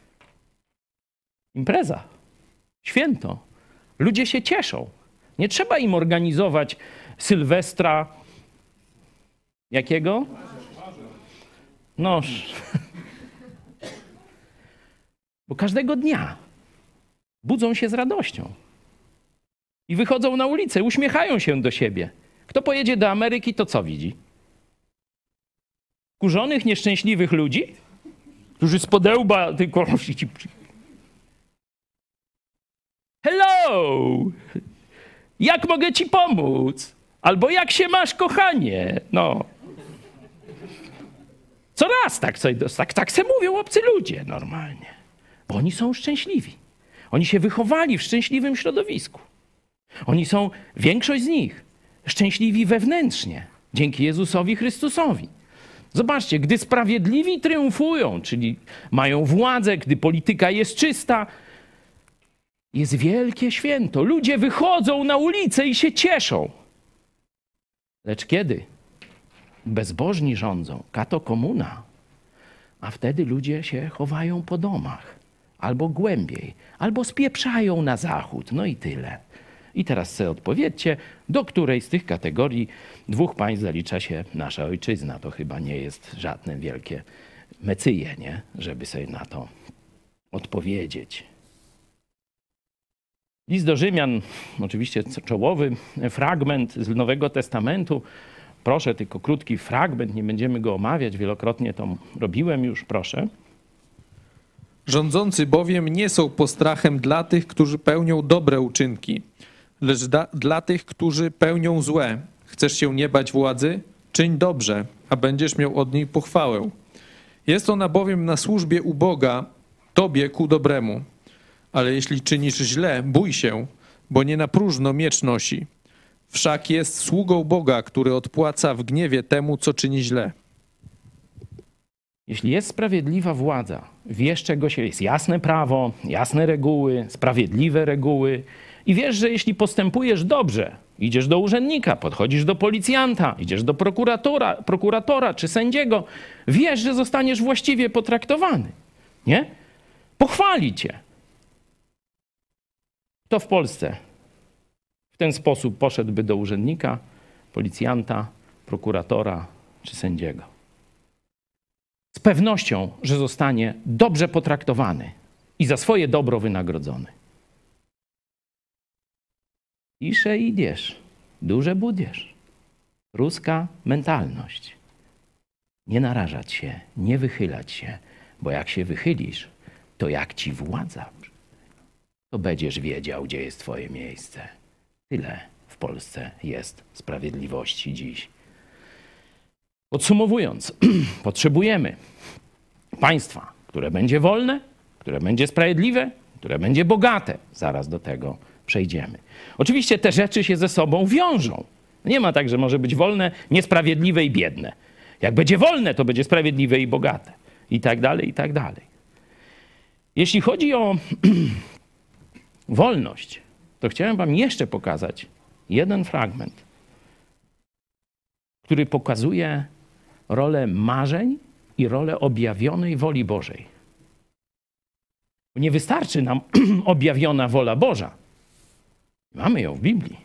Impreza, święto. Ludzie się cieszą. Nie trzeba im organizować Sylwestra jakiego? No, bo każdego dnia budzą się z radością i wychodzą na ulicę, uśmiechają się do siebie. Kto pojedzie do Ameryki, to co widzi? Kurzonych, nieszczęśliwych ludzi, którzy z podełba tylko... Hello! Jak mogę ci pomóc? Albo jak się masz, kochanie? No. Co raz tak, sobie, tak, tak se mówią obcy ludzie normalnie. Bo oni są szczęśliwi. Oni się wychowali w szczęśliwym środowisku. Oni są, większość z nich, szczęśliwi wewnętrznie. Dzięki Jezusowi Chrystusowi. Zobaczcie, gdy sprawiedliwi triumfują, czyli mają władzę, gdy polityka jest czysta, jest wielkie święto. Ludzie wychodzą na ulicę i się cieszą. Lecz kiedy bezbożni rządzą, kato komuna, a wtedy ludzie się chowają po domach, albo głębiej, albo spieprzają na zachód, no i tyle. I teraz sobie odpowiedzcie, do której z tych kategorii dwóch państw zalicza się nasza ojczyzna. To chyba nie jest żadne wielkie mecyje, nie? Żeby sobie na to odpowiedzieć. List do Rzymian, oczywiście czołowy fragment z Nowego Testamentu. Proszę, tylko krótki fragment, nie będziemy go omawiać, wielokrotnie to robiłem już, proszę. Rządzący bowiem nie są postrachem dla tych, którzy pełnią dobre uczynki, lecz da, dla tych, którzy pełnią złe. Chcesz się nie bać władzy? Czyń dobrze, a będziesz miał od niej pochwałę. Jest ona bowiem na służbie u Boga, tobie ku dobremu. Ale jeśli czynisz źle, bój się, bo nie na próżno miecz nosi. Wszak jest sługą Boga, który odpłaca w gniewie temu, co czyni źle. Jeśli jest sprawiedliwa władza, wiesz, czego się jest jasne prawo, jasne reguły, sprawiedliwe reguły i wiesz, że jeśli postępujesz dobrze, idziesz do urzędnika, podchodzisz do policjanta, idziesz do prokuratora, prokuratora czy sędziego, wiesz, że zostaniesz właściwie potraktowany, nie? Pochwali cię. Kto w Polsce w ten sposób poszedłby do urzędnika, policjanta, prokuratora czy sędziego? Z pewnością, że zostanie dobrze potraktowany i za swoje dobro wynagrodzony. Isze idziesz, duże budziesz. Ruska mentalność. Nie narażać się, nie wychylać się, bo jak się wychylisz, to jak ci władza, to będziesz wiedział, gdzie jest twoje miejsce. Tyle w Polsce jest sprawiedliwości dziś. Podsumowując, potrzebujemy państwa, które będzie wolne, które będzie sprawiedliwe, które będzie bogate. Zaraz do tego przejdziemy. Oczywiście te rzeczy się ze sobą wiążą. Nie ma tak, że może być wolne, niesprawiedliwe i biedne. Jak będzie wolne, to będzie sprawiedliwe i bogate. I tak dalej, i tak dalej. Jeśli chodzi o wolność, to chciałem wam jeszcze pokazać jeden fragment, który pokazuje rolę marzeń i rolę objawionej woli Bożej. Nie wystarczy nam objawiona wola Boża. Mamy ją w Biblii.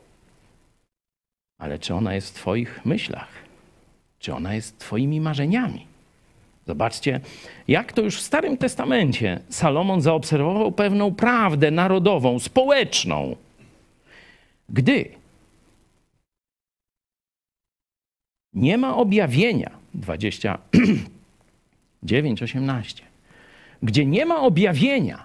Ale czy ona jest w twoich myślach? Czy ona jest twoimi marzeniami? Zobaczcie, jak to już w Starym Testamencie Salomon zaobserwował pewną prawdę narodową, społeczną. Gdy nie ma objawienia, dwadzieścia dziewięć, osiemnaście, gdzie nie ma objawienia,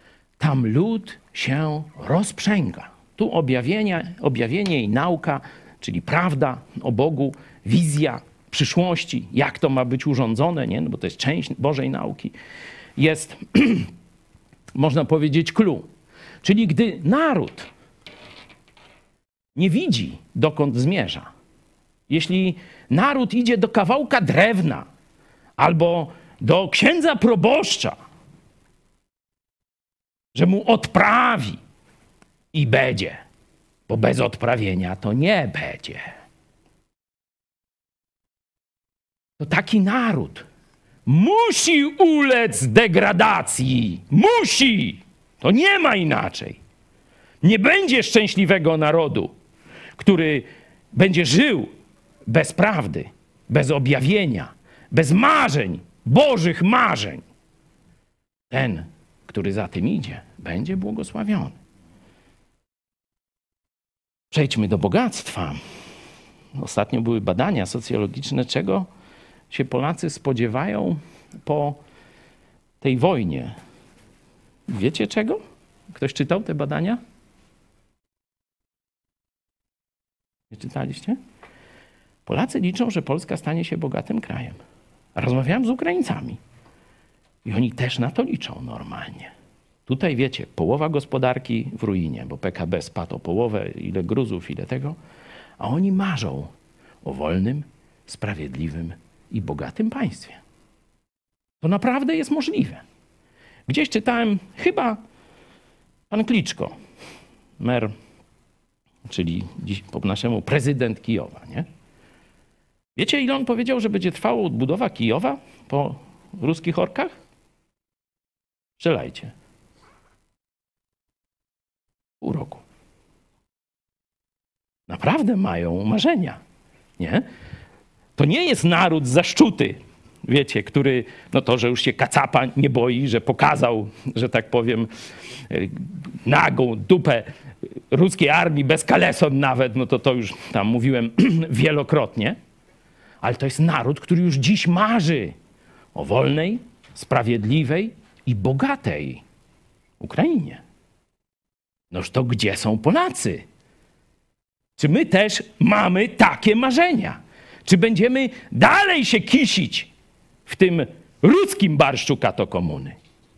tam lud się rozprzęga. Tu objawienie, objawienie i nauka czyli prawda o Bogu, wizja przyszłości, jak to ma być urządzone, nie? No bo to jest część Bożej nauki, jest, można powiedzieć, clue. Czyli gdy naród nie widzi, dokąd zmierza, jeśli naród idzie do kawałka drewna albo do księdza proboszcza, że mu odprawi i będzie, bo bez odprawienia to nie będzie. To taki naród musi ulec degradacji. Musi! To nie ma inaczej. Nie będzie szczęśliwego narodu, który będzie żył bez prawdy, bez objawienia, bez marzeń, Bożych marzeń. Ten, który za tym idzie, będzie błogosławiony. Przejdźmy do bogactwa. Ostatnio były badania socjologiczne, czego się Polacy spodziewają po tej wojnie. Wiecie czego? Ktoś czytał te badania? Nie czytaliście? Polacy liczą, że Polska stanie się bogatym krajem. Rozmawiałem z Ukraińcami i oni też na to liczą normalnie. Tutaj wiecie, połowa gospodarki w ruinie, bo P K B spadł o połowę, ile gruzów, ile tego, a oni marzą o wolnym, sprawiedliwym i bogatym państwie. To naprawdę jest możliwe. Gdzieś czytałem, chyba pan Kliczko, mer, czyli dziś po naszemu prezydent Kijowa, nie? Wiecie, ile on powiedział, że będzie trwała odbudowa Kijowa po ruskich orkach? Strzelajcie. Pół roku. Naprawdę mają marzenia, nie? To nie jest naród zaszczuty, wiecie, który, no to, że już się kacapa nie boi, że pokazał, że tak powiem, nagą dupę ruskiej armii bez kaleson nawet, no to to już tam mówiłem wielokrotnie. Ale to jest naród, który już dziś marzy o wolnej, sprawiedliwej i bogatej Ukrainie. Noż to gdzie są Polacy? Czy my też mamy takie marzenia? Czy będziemy dalej się kisić w tym ludzkim barszczu katokomuny?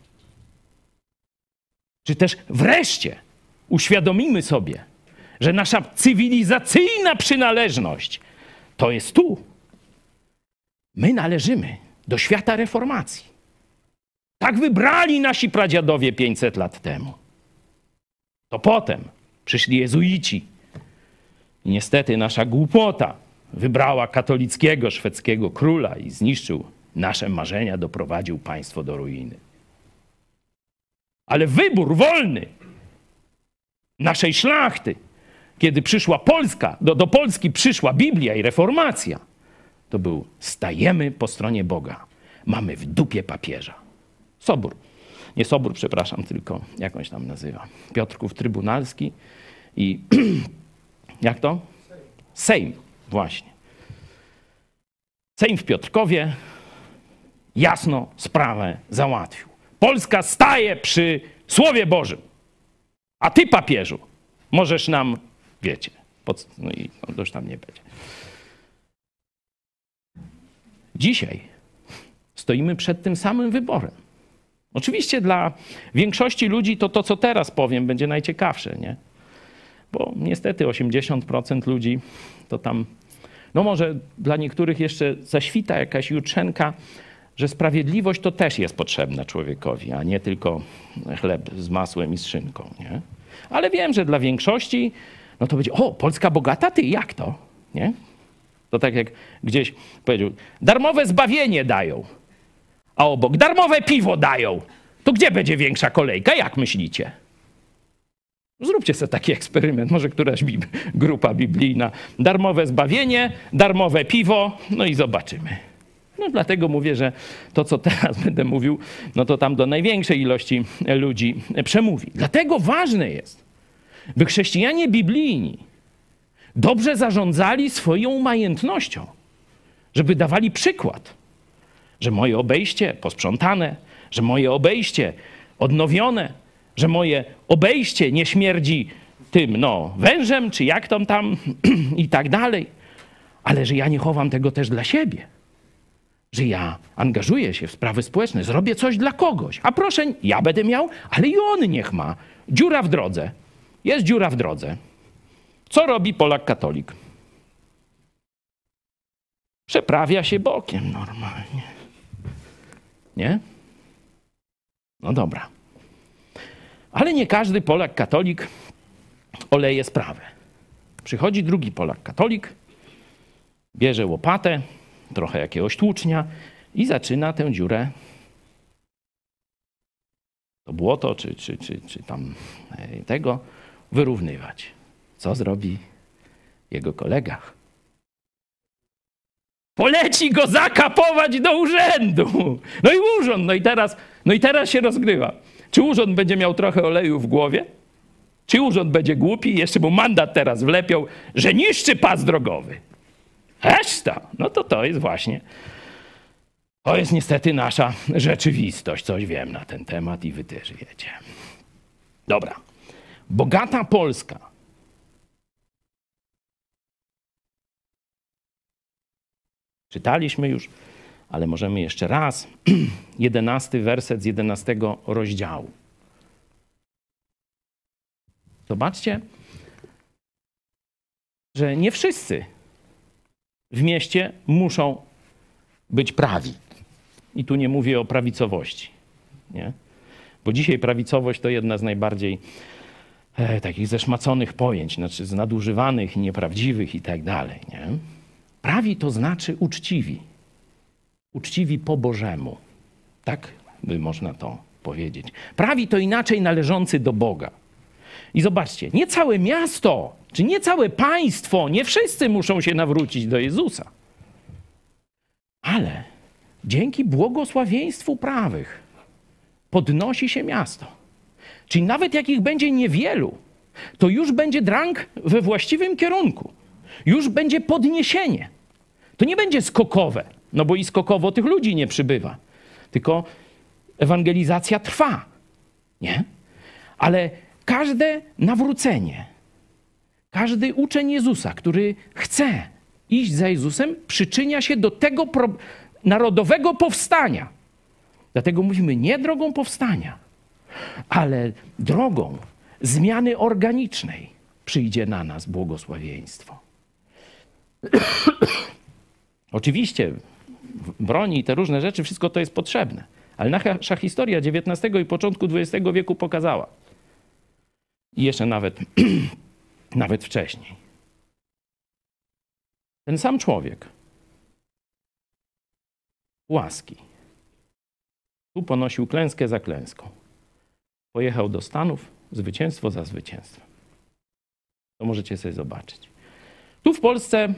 Czy też wreszcie uświadomimy sobie, że nasza cywilizacyjna przynależność to jest tu. My należymy do świata reformacji. Tak wybrali nasi pradziadowie pięćset lat temu. To potem przyszli jezuici. I niestety nasza głupota wybrała katolickiego szwedzkiego króla i zniszczył nasze marzenia, doprowadził państwo do ruiny. Ale wybór wolny naszej szlachty, kiedy przyszła Polska, do, do Polski przyszła Biblia i reformacja, to był stajemy po stronie Boga. Mamy w dupie papieża. Sobór. Nie Sobór, przepraszam, tylko jakąś tam nazywa. Piotrków Trybunalski i jak to? Sejm, właśnie. Sejm w Piotrkowie jasno sprawę załatwił. Polska staje przy Słowie Bożym. A ty, papieżu, możesz nam, wiecie, pod, no i no, to już tam nie będzie. Dzisiaj stoimy przed tym samym wyborem. Oczywiście dla większości ludzi to to, co teraz powiem, będzie najciekawsze, nie? Bo niestety osiemdziesiąt procent ludzi to tam, no może dla niektórych jeszcze zaświta jakaś jutrzenka, że sprawiedliwość to też jest potrzebna człowiekowi, a nie tylko chleb z masłem i z szynką, nie? Ale wiem, że dla większości, no to będzie, o, Polska bogata, ty jak to, nie? To tak jak gdzieś powiedział, darmowe zbawienie dają, a obok darmowe piwo dają. To gdzie będzie większa kolejka? Jak myślicie? Zróbcie sobie taki eksperyment, może któraś bib- grupa biblijna. Darmowe zbawienie, darmowe piwo, no i zobaczymy. No dlatego mówię, że to, co teraz będę mówił, no to tam do największej ilości ludzi przemówi. Dlatego ważne jest, by chrześcijanie biblijni dobrze zarządzali swoją majętnością, żeby dawali przykład, że moje obejście posprzątane, że moje obejście odnowione, że moje obejście nie śmierdzi tym, no, wężem, czy jak tam tam i tak dalej. Ale że ja nie chowam tego też dla siebie. Że ja angażuję się w sprawy społeczne, zrobię coś dla kogoś. A proszę, ja będę miał, ale i on niech ma. Dziura w drodze. Jest dziura w drodze. Co robi Polak katolik? Przeprawia się bokiem normalnie. Nie? No dobra. Ale nie każdy Polak katolik oleje sprawę. Przychodzi drugi Polak katolik, bierze łopatę, trochę jakiegoś tłucznia i zaczyna tę dziurę, to błoto, czy, czy, czy, czy tam tego, wyrównywać. Co zrobi jego kolega? Poleci go zakapować do urzędu. No i urząd, no i teraz, no i teraz się rozgrywa. Czy urząd będzie miał trochę oleju w głowie? Czy urząd będzie głupi i jeszcze mu mandat teraz wlepią, że niszczy pas drogowy? Heszta! No to to jest właśnie, to jest niestety nasza rzeczywistość. Coś wiem na ten temat i wy też wiecie. Dobra. Bogata Polska. Czytaliśmy już, ale możemy jeszcze raz. Jedenasty werset z jedenastego rozdziału. Zobaczcie, że nie wszyscy w mieście muszą być prawi. I tu nie mówię o prawicowości, nie? Bo dzisiaj prawicowość to jedna z najbardziej e, takich zeszmaconych pojęć, znaczy z nadużywanych, nieprawdziwych i tak dalej, nie? Prawi to znaczy uczciwi. Uczciwi po Bożemu. Tak by można to powiedzieć. Prawi to inaczej należący do Boga. I zobaczcie, nie całe miasto, czy nie całe państwo, nie wszyscy muszą się nawrócić do Jezusa. Ale dzięki błogosławieństwu prawych podnosi się miasto. Czyli nawet jak ich będzie niewielu, to już będzie drang we właściwym kierunku. Już będzie podniesienie. To nie będzie skokowe, no bo i skokowo tych ludzi nie przybywa. Tylko ewangelizacja trwa, nie? Ale każde nawrócenie, każdy uczeń Jezusa, który chce iść za Jezusem, przyczynia się do tego pro- narodowego powstania. Dlatego mówimy nie drogą powstania, ale drogą zmiany organicznej przyjdzie na nas błogosławieństwo. Oczywiście broni i te różne rzeczy, wszystko to jest potrzebne. Ale nasza historia dziewiętnastego i początku dwudziestego wieku pokazała. I jeszcze nawet, nawet wcześniej. Ten sam człowiek, łaski, tu ponosił klęskę za klęską. Pojechał do Stanów, zwycięstwo za zwycięstwem. To możecie sobie zobaczyć. Tu w Polsce,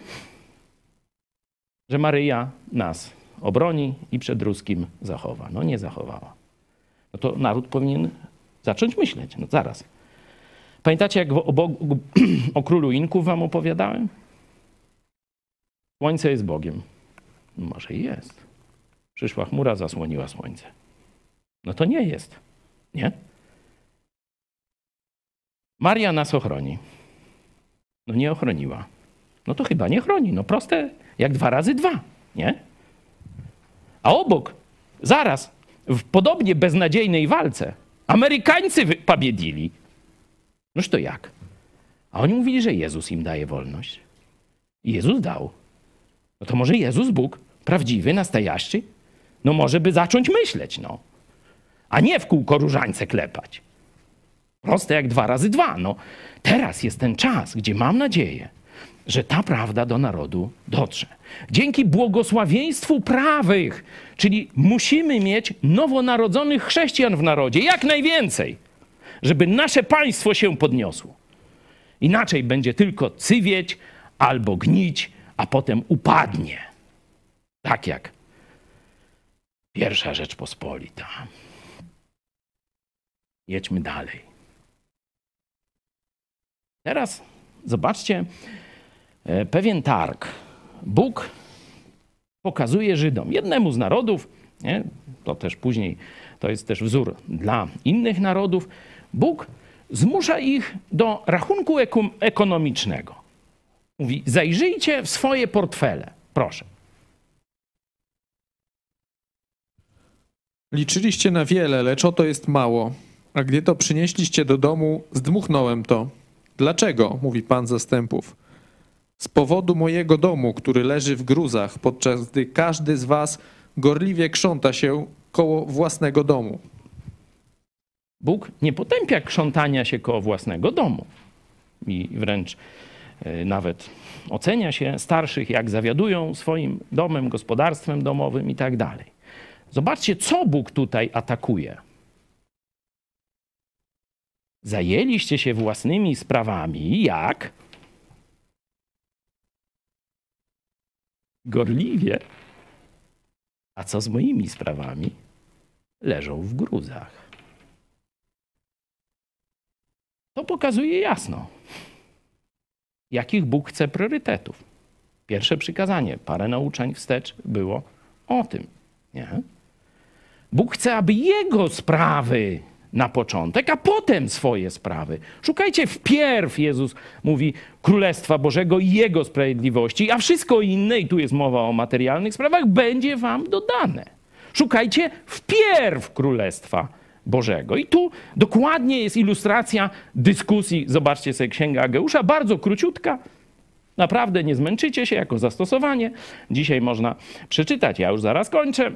że Maryja nas obroni i przed ruskim zachowa. No nie zachowała. No to naród powinien zacząć myśleć. No zaraz. Pamiętacie, jak o, Bogu, o królu Inków wam opowiadałem? Słońce jest Bogiem. No może i jest. Przyszła chmura, zasłoniła słońce. No to nie jest. Nie? Maria nas ochroni. No nie ochroniła. No to chyba nie chroni. No proste jak dwa razy dwa. Nie? A obok, zaraz, w podobnie beznadziejnej walce, Amerykańcy pobiedili. Noż to jak? A oni mówili, że Jezus im daje wolność. I Jezus dał. No to może Jezus, Bóg, prawdziwy, nastojaśczy? No może by zacząć myśleć, no. A nie w kółko różańce klepać. Proste jak dwa razy dwa. No teraz jest ten czas, gdzie mam nadzieję, że ta prawda do narodu dotrze. Dzięki błogosławieństwu prawych, czyli musimy mieć nowonarodzonych chrześcijan w narodzie, jak najwięcej, żeby nasze państwo się podniosło. Inaczej będzie tylko cywieć albo gnić, a potem upadnie. Tak jak pierwsza Rzeczpospolita. Jedźmy dalej. Teraz zobaczcie pewien targ. Bóg pokazuje Żydom, jednemu z narodów, nie? To też później, to jest też wzór dla innych narodów. Bóg zmusza ich do rachunku eku- ekonomicznego. Mówi, zajrzyjcie w swoje portfele, proszę. Liczyliście na wiele, lecz oto jest mało. A gdy to przynieśliście do domu, zdmuchnąłem to. Dlaczego? Mówi Pan zastępów. Z powodu mojego domu, który leży w gruzach, podczas gdy każdy z was gorliwie krząta się koło własnego domu. Bóg nie potępia krzątania się koło własnego domu. I wręcz y, nawet ocenia się starszych, jak zawiadują swoim domem, gospodarstwem domowym i tak dalej. Zobaczcie, co Bóg tutaj atakuje. Zajęliście się własnymi sprawami, jak? Gorliwie. A co z moimi sprawami? Leżą w gruzach. To pokazuje jasno, jakich Bóg chce priorytetów. Pierwsze przykazanie, parę nauczeń wstecz było o tym. Nie? Bóg chce, aby Jego sprawy na początek, a potem swoje sprawy. Szukajcie wpierw, Jezus mówi, Królestwa Bożego i Jego sprawiedliwości, a wszystko inne, i tu jest mowa o materialnych sprawach, będzie wam dodane. Szukajcie wpierw Królestwa Bożego. I tu dokładnie jest ilustracja dyskusji. Zobaczcie sobie Księgę Ageusza, bardzo króciutka. Naprawdę nie zmęczycie się jako zastosowanie. Dzisiaj można przeczytać, ja już zaraz kończę.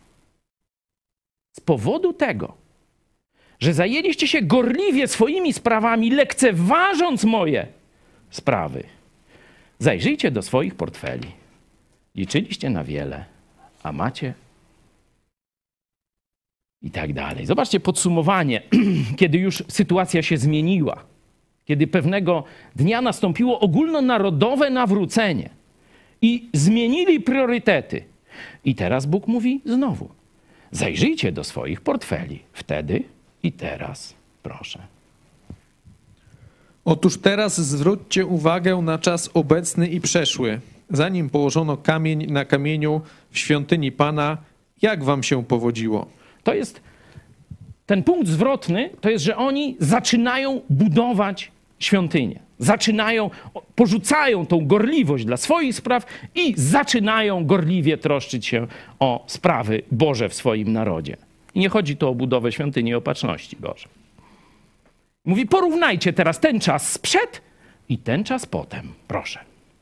Z powodu tego, że zajęliście się gorliwie swoimi sprawami, lekceważąc moje sprawy. Zajrzyjcie do swoich portfeli. Liczyliście na wiele, a macie i tak dalej. Zobaczcie podsumowanie, kiedy już sytuacja się zmieniła. Kiedy pewnego dnia nastąpiło ogólnonarodowe nawrócenie i zmienili priorytety. I teraz Bóg mówi znowu, zajrzyjcie do swoich portfeli. Wtedy i teraz, proszę. Otóż teraz zwróćcie uwagę na czas obecny i przeszły. Zanim położono kamień na kamieniu w świątyni Pana, jak wam się powodziło? To jest ten punkt zwrotny, to jest, że oni zaczynają budować świątynię. Zaczynają, porzucają tą gorliwość dla swoich spraw i zaczynają gorliwie troszczyć się o sprawy Boże w swoim narodzie. I nie chodzi tu o budowę świątyni Opatrzności Bożej. Mówi, porównajcie teraz ten czas sprzed i ten czas potem. Proszę.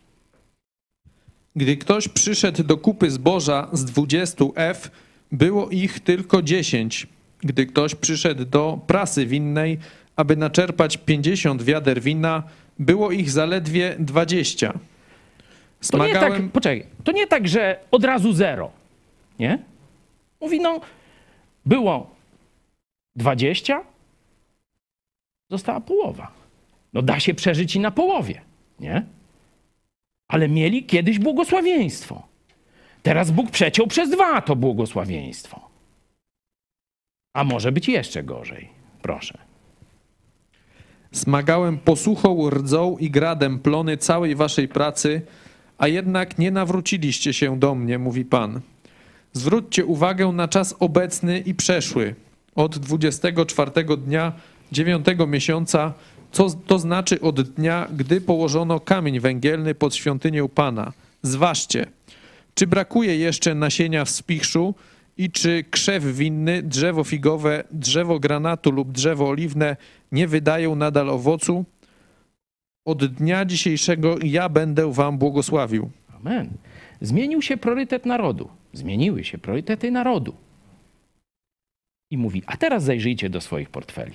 Gdy ktoś przyszedł do kupy zboża z dwudziestu ef, było ich tylko dziesięć. Gdy ktoś przyszedł do prasy winnej, aby naczerpać pięćdziesiąt wiader wina, było ich zaledwie dwadzieścia. To nie tak, Smagałem... poczekaj, to nie tak, że od razu zero. Nie? Mówi, no, było dwadzieścia, została połowa. No da się przeżyć i na połowie, nie? Ale mieli kiedyś błogosławieństwo. Teraz Bóg przeciął przez dwa to błogosławieństwo. A może być jeszcze gorzej. Proszę. Smagałem posuchą, rdzą i gradem plony całej waszej pracy, a jednak nie nawróciliście się do mnie, mówi Pan. Zwróćcie uwagę na czas obecny i przeszły. Od dwudziestego czwartego dnia dziewiątego miesiąca, co to znaczy od dnia, gdy położono kamień węgielny pod świątynię Pana. Zważcie, czy brakuje jeszcze nasienia w spichrzu i czy krzew winny, drzewo figowe, drzewo granatu lub drzewo oliwne nie wydają nadal owocu? Od dnia dzisiejszego ja będę wam błogosławił. Amen. Zmienił się priorytet narodu. Zmieniły się priorytety narodu. I mówi, a teraz zajrzyjcie do swoich portfeli.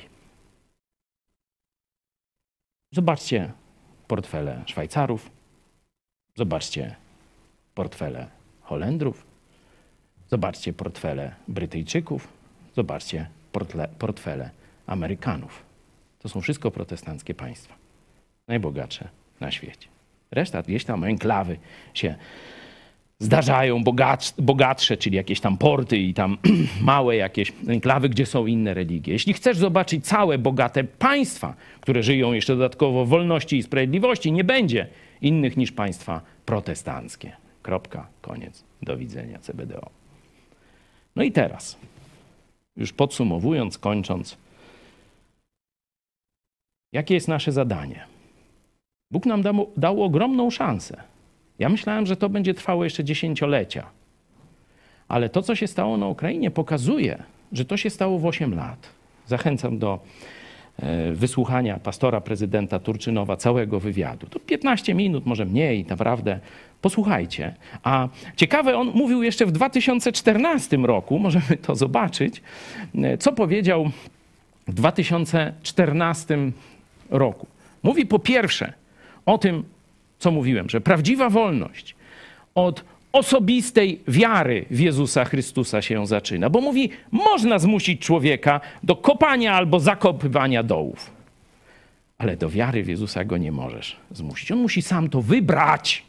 Zobaczcie portfele Szwajcarów. Zobaczcie portfele Holendrów. Zobaczcie portfele Brytyjczyków. Zobaczcie portle, portfele Amerykanów. To są wszystko protestanckie państwa. Najbogatsze na świecie. Reszta gdzieś tam enklawy się zdarzają, bogatsze, bogatsze, czyli jakieś tam porty i tam małe jakieś enklawy, gdzie są inne religie. Jeśli chcesz zobaczyć całe bogate państwa, które żyją jeszcze dodatkowo w wolności i sprawiedliwości, nie będzie innych niż państwa protestanckie. Kropka, koniec. Do widzenia, C B D O. No i teraz, już podsumowując, kończąc, Jakie jest nasze zadanie? Bóg nam dał, dał ogromną szansę. Ja myślałem, że to będzie trwało jeszcze dziesięciolecia. Ale to, co się stało na Ukrainie, pokazuje, że to się stało w osiem lat. Zachęcam do e, wysłuchania pastora prezydenta Turczynowa całego wywiadu. To piętnaście minut, może mniej, naprawdę. Posłuchajcie. A ciekawe, on mówił jeszcze w dwa tysiące czternastym roku, możemy to zobaczyć, e, co powiedział w dwa tysiące czternastym roku. Mówi po pierwsze o tym, co mówiłem, że prawdziwa wolność od osobistej wiary w Jezusa Chrystusa się zaczyna. Bo mówi, można zmusić człowieka do kopania albo zakopywania dołów. Ale do wiary w Jezusa go nie możesz zmusić. On musi sam to wybrać.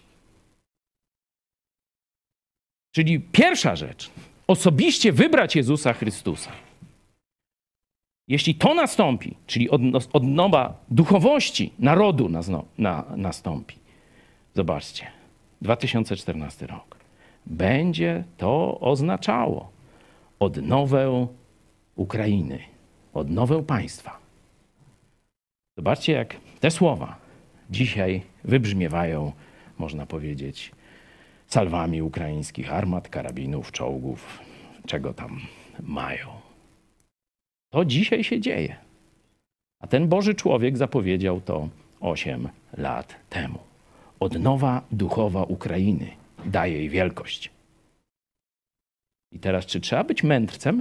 Czyli pierwsza rzecz, osobiście wybrać Jezusa Chrystusa. Jeśli to nastąpi, czyli odnowa duchowości narodu nastąpi, zobaczcie, dwa tysiące czternasty rok, będzie to oznaczało odnowę Ukrainy, odnowę państwa. Zobaczcie, jak te słowa dzisiaj wybrzmiewają, można powiedzieć, salwami ukraińskich armat, karabinów, czołgów, czego tam mają. To dzisiaj się dzieje. A ten Boży człowiek zapowiedział to osiem lat temu. Odnowa duchowa Ukrainy daje jej wielkość. I teraz, czy trzeba być mędrcem,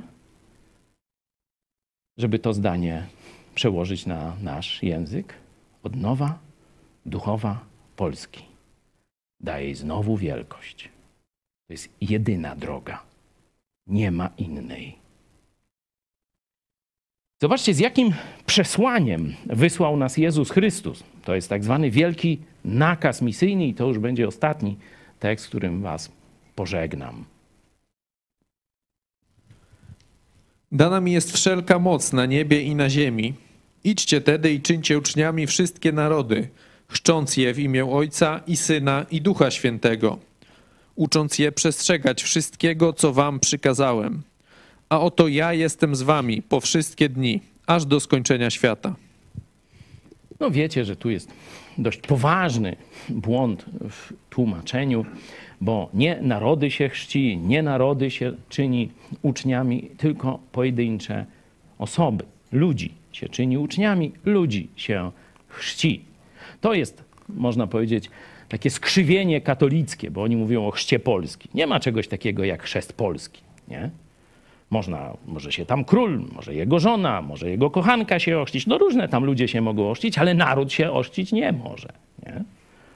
żeby to zdanie przełożyć na nasz język? Odnowa duchowa Polski daje jej znowu wielkość. To jest jedyna droga. Nie ma innej. Zobaczcie, z jakim przesłaniem wysłał nas Jezus Chrystus. To jest tak zwany wielki nakaz misyjny i to już będzie ostatni tekst, którym was pożegnam. Dana mi jest wszelka moc na niebie i na ziemi. Idźcie tedy i czyńcie uczniami wszystkie narody, chrzcząc je w imię Ojca i Syna i Ducha Świętego, ucząc je przestrzegać wszystkiego, co wam przykazałem. A oto ja jestem z wami po wszystkie dni, aż do skończenia świata. No wiecie, że tu jest dość poważny błąd w tłumaczeniu, bo nie narody się chrzci, nie narody się czyni uczniami, tylko pojedyncze osoby. Ludzi się czyni uczniami, ludzi się chrzci. To jest, można powiedzieć, takie skrzywienie katolickie, bo oni mówią o chrzcie Polski. Nie ma czegoś takiego jak chrzest Polski, nie? Można, może się tam król, może jego żona, może jego kochanka się ochrzcić. No różne tam ludzie się mogą ochrzcić, ale naród się ochrzcić nie może. Nie?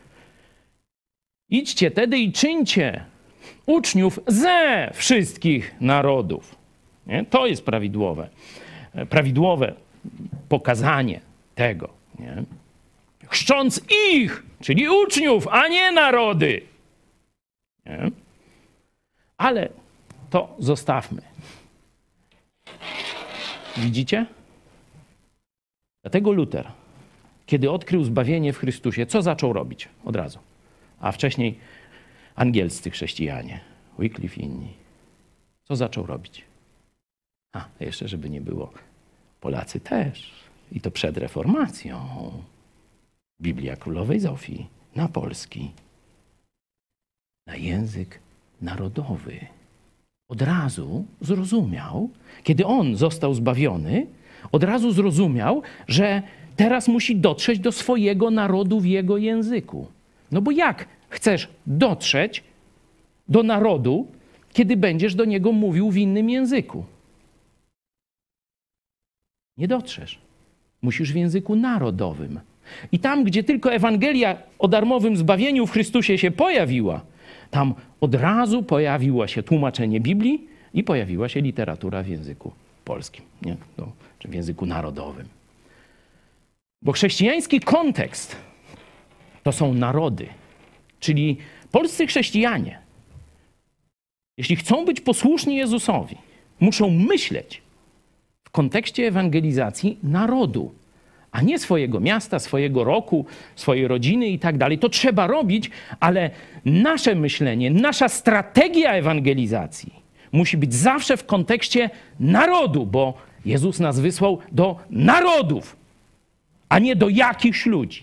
Idźcie tedy i czyńcie uczniów ze wszystkich narodów. Nie? To jest prawidłowe, prawidłowe pokazanie tego. Nie? Chrzcząc ich, czyli uczniów, a nie narody. Nie? Ale to zostawmy. Widzicie? Dlatego Luter, kiedy odkrył zbawienie w Chrystusie, co zaczął robić od razu? A wcześniej angielscy chrześcijanie, Wycliffe i inni. Co zaczął robić? A, jeszcze żeby nie było, Polacy też. I to przed reformacją. Biblia Królowej Zofii na polski. Na język narodowy. Od razu zrozumiał, kiedy on został zbawiony, od razu zrozumiał, że teraz musi dotrzeć do swojego narodu w jego języku. No bo jak chcesz dotrzeć do narodu, kiedy będziesz do niego mówił w innym języku? Nie dotrzesz. Musisz w języku narodowym. I tam, gdzie tylko Ewangelia o darmowym zbawieniu w Chrystusie się pojawiła, tam od razu pojawiło się tłumaczenie Biblii i pojawiła się literatura w języku polskim, nie? No, czy w języku narodowym. Bo chrześcijański kontekst to są narody, czyli polscy chrześcijanie, jeśli chcą być posłuszni Jezusowi, muszą myśleć w kontekście ewangelizacji narodu, a nie swojego miasta, swojego roku, swojej rodziny i tak dalej. To trzeba robić, ale nasze myślenie, nasza strategia ewangelizacji musi być zawsze w kontekście narodu, bo Jezus nas wysłał do narodów, a nie do jakichś ludzi.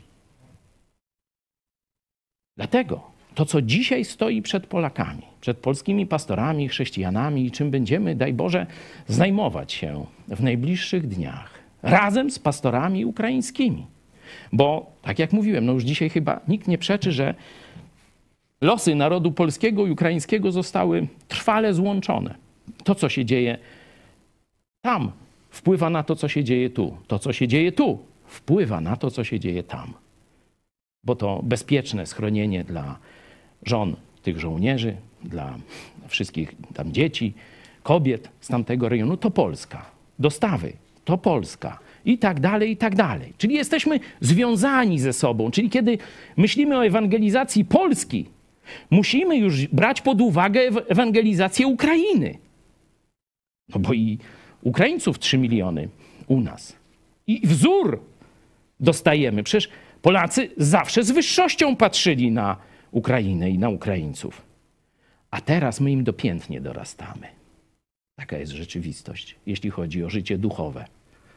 Dlatego to, co dzisiaj stoi przed Polakami, przed polskimi pastorami, chrześcijanami i czym będziemy, daj Boże, zajmować się w najbliższych dniach razem z pastorami ukraińskimi. Bo, tak jak mówiłem, no już dzisiaj chyba nikt nie przeczy, że losy narodu polskiego i ukraińskiego zostały trwale złączone. To, co się dzieje tam, wpływa na to, co się dzieje tu. To, co się dzieje tu, wpływa na to, co się dzieje tam. Bo to bezpieczne schronienie dla żon tych żołnierzy, dla wszystkich tam dzieci, kobiet z tamtego rejonu, to Polska. Dostawy, to Polska. I tak dalej, i tak dalej. Czyli jesteśmy związani ze sobą. Czyli kiedy myślimy o ewangelizacji Polski, musimy już brać pod uwagę ewangelizację Ukrainy. No bo i Ukraińców trzy miliony u nas. I wzór dostajemy. Przecież Polacy zawsze z wyższością patrzyli na Ukrainę i na Ukraińców. A teraz my im dopiętnie dorastamy. Taka jest rzeczywistość, jeśli chodzi o życie duchowe.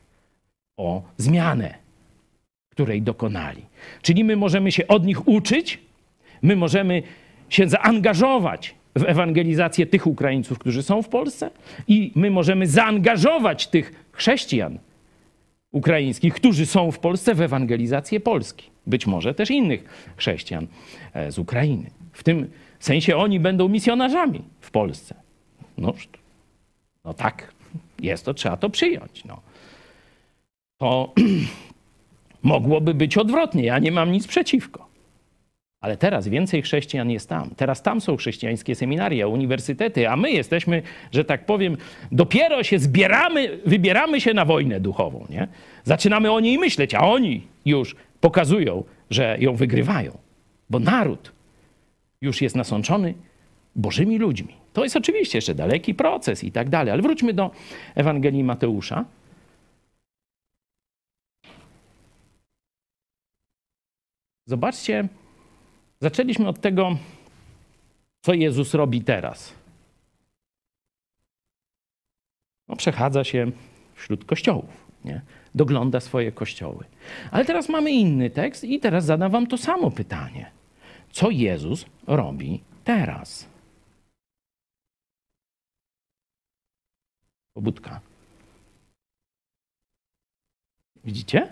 O zmianę, której dokonali. Czyli my możemy się od nich uczyć, my możemy się zaangażować w ewangelizację tych Ukraińców, którzy są w Polsce i my możemy zaangażować tych chrześcijan ukraińskich, którzy są w Polsce, w ewangelizację Polski. Być może też innych chrześcijan z Ukrainy. W tym sensie oni będą misjonarzami w Polsce. No, no tak, jest to, trzeba to przyjąć. No. To mogłoby być odwrotnie. Ja nie mam nic przeciwko. Ale teraz więcej chrześcijan jest tam. Teraz tam są chrześcijańskie seminaria, uniwersytety, a my jesteśmy, że tak powiem, dopiero się zbieramy, wybieramy się na wojnę duchową. Nie? Zaczynamy o niej myśleć, a oni już pokazują, że ją wygrywają. Bo naród już jest nasączony Bożymi ludźmi. To jest oczywiście jeszcze daleki proces i tak dalej. Ale wróćmy do Ewangelii Mateusza. Zobaczcie, zaczęliśmy od tego, co Jezus robi teraz. No, przechadza się wśród kościołów, nie? Dogląda swoje kościoły. Ale teraz mamy inny tekst i teraz zadam wam to samo pytanie. Co Jezus robi teraz? Pobudka. Widzicie?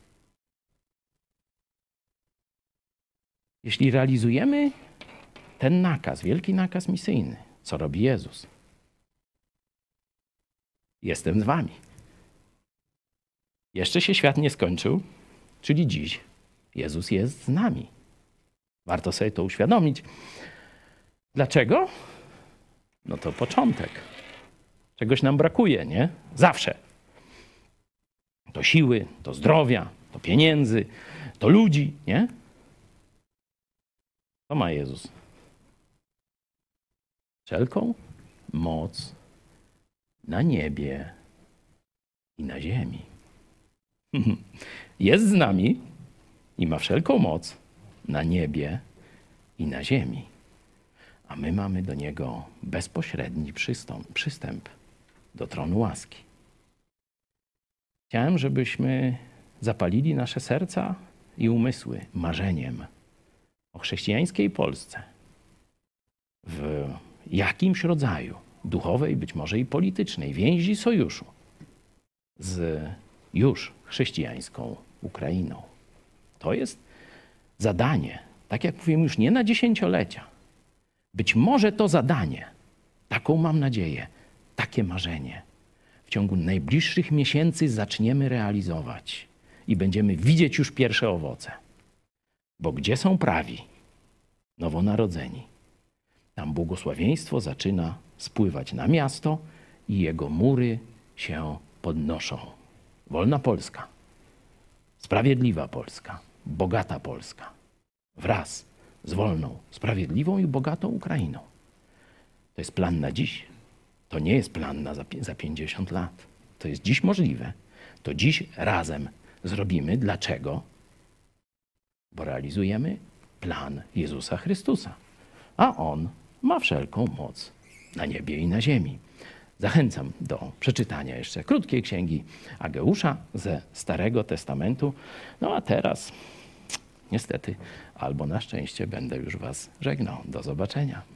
Jeśli realizujemy ten nakaz, wielki nakaz misyjny, co robi Jezus? Jestem z wami. Jeszcze się świat nie skończył, czyli dziś Jezus jest z nami. Warto sobie to uświadomić. Dlaczego? No to początek. Czegoś nam brakuje, nie? Zawsze. To siły, to zdrowia, to pieniędzy, to ludzi, nie? Co ma Jezus? Wszelką moc na niebie i na ziemi. Jest z nami i ma wszelką moc na niebie i na ziemi. A my mamy do Niego bezpośredni przystąp, przystęp do tronu łaski. Chciałem, żebyśmy zapalili nasze serca i umysły marzeniem o chrześcijańskiej Polsce w jakimś rodzaju duchowej, być może i politycznej więzi sojuszu z już chrześcijańską Ukrainą. To jest zadanie, tak jak mówiłem, już nie na dziesięciolecia. Być może to zadanie, taką mam nadzieję, takie marzenie w ciągu najbliższych miesięcy zaczniemy realizować i będziemy widzieć już pierwsze owoce. Bo gdzie są prawi, nowonarodzeni, tam błogosławieństwo zaczyna spływać na miasto i jego mury się podnoszą. Wolna Polska, sprawiedliwa Polska, bogata Polska, wraz z wolną, sprawiedliwą i bogatą Ukrainą. To jest plan na dziś. To nie jest plan na za pięćdziesiąt lat. To jest dziś możliwe. To dziś razem zrobimy. Dlaczego? Bo realizujemy plan Jezusa Chrystusa. A On ma wszelką moc na niebie i na ziemi. Zachęcam do przeczytania jeszcze krótkiej księgi Ageusza ze Starego Testamentu. No a teraz niestety albo na szczęście będę już was żegnał. Do zobaczenia.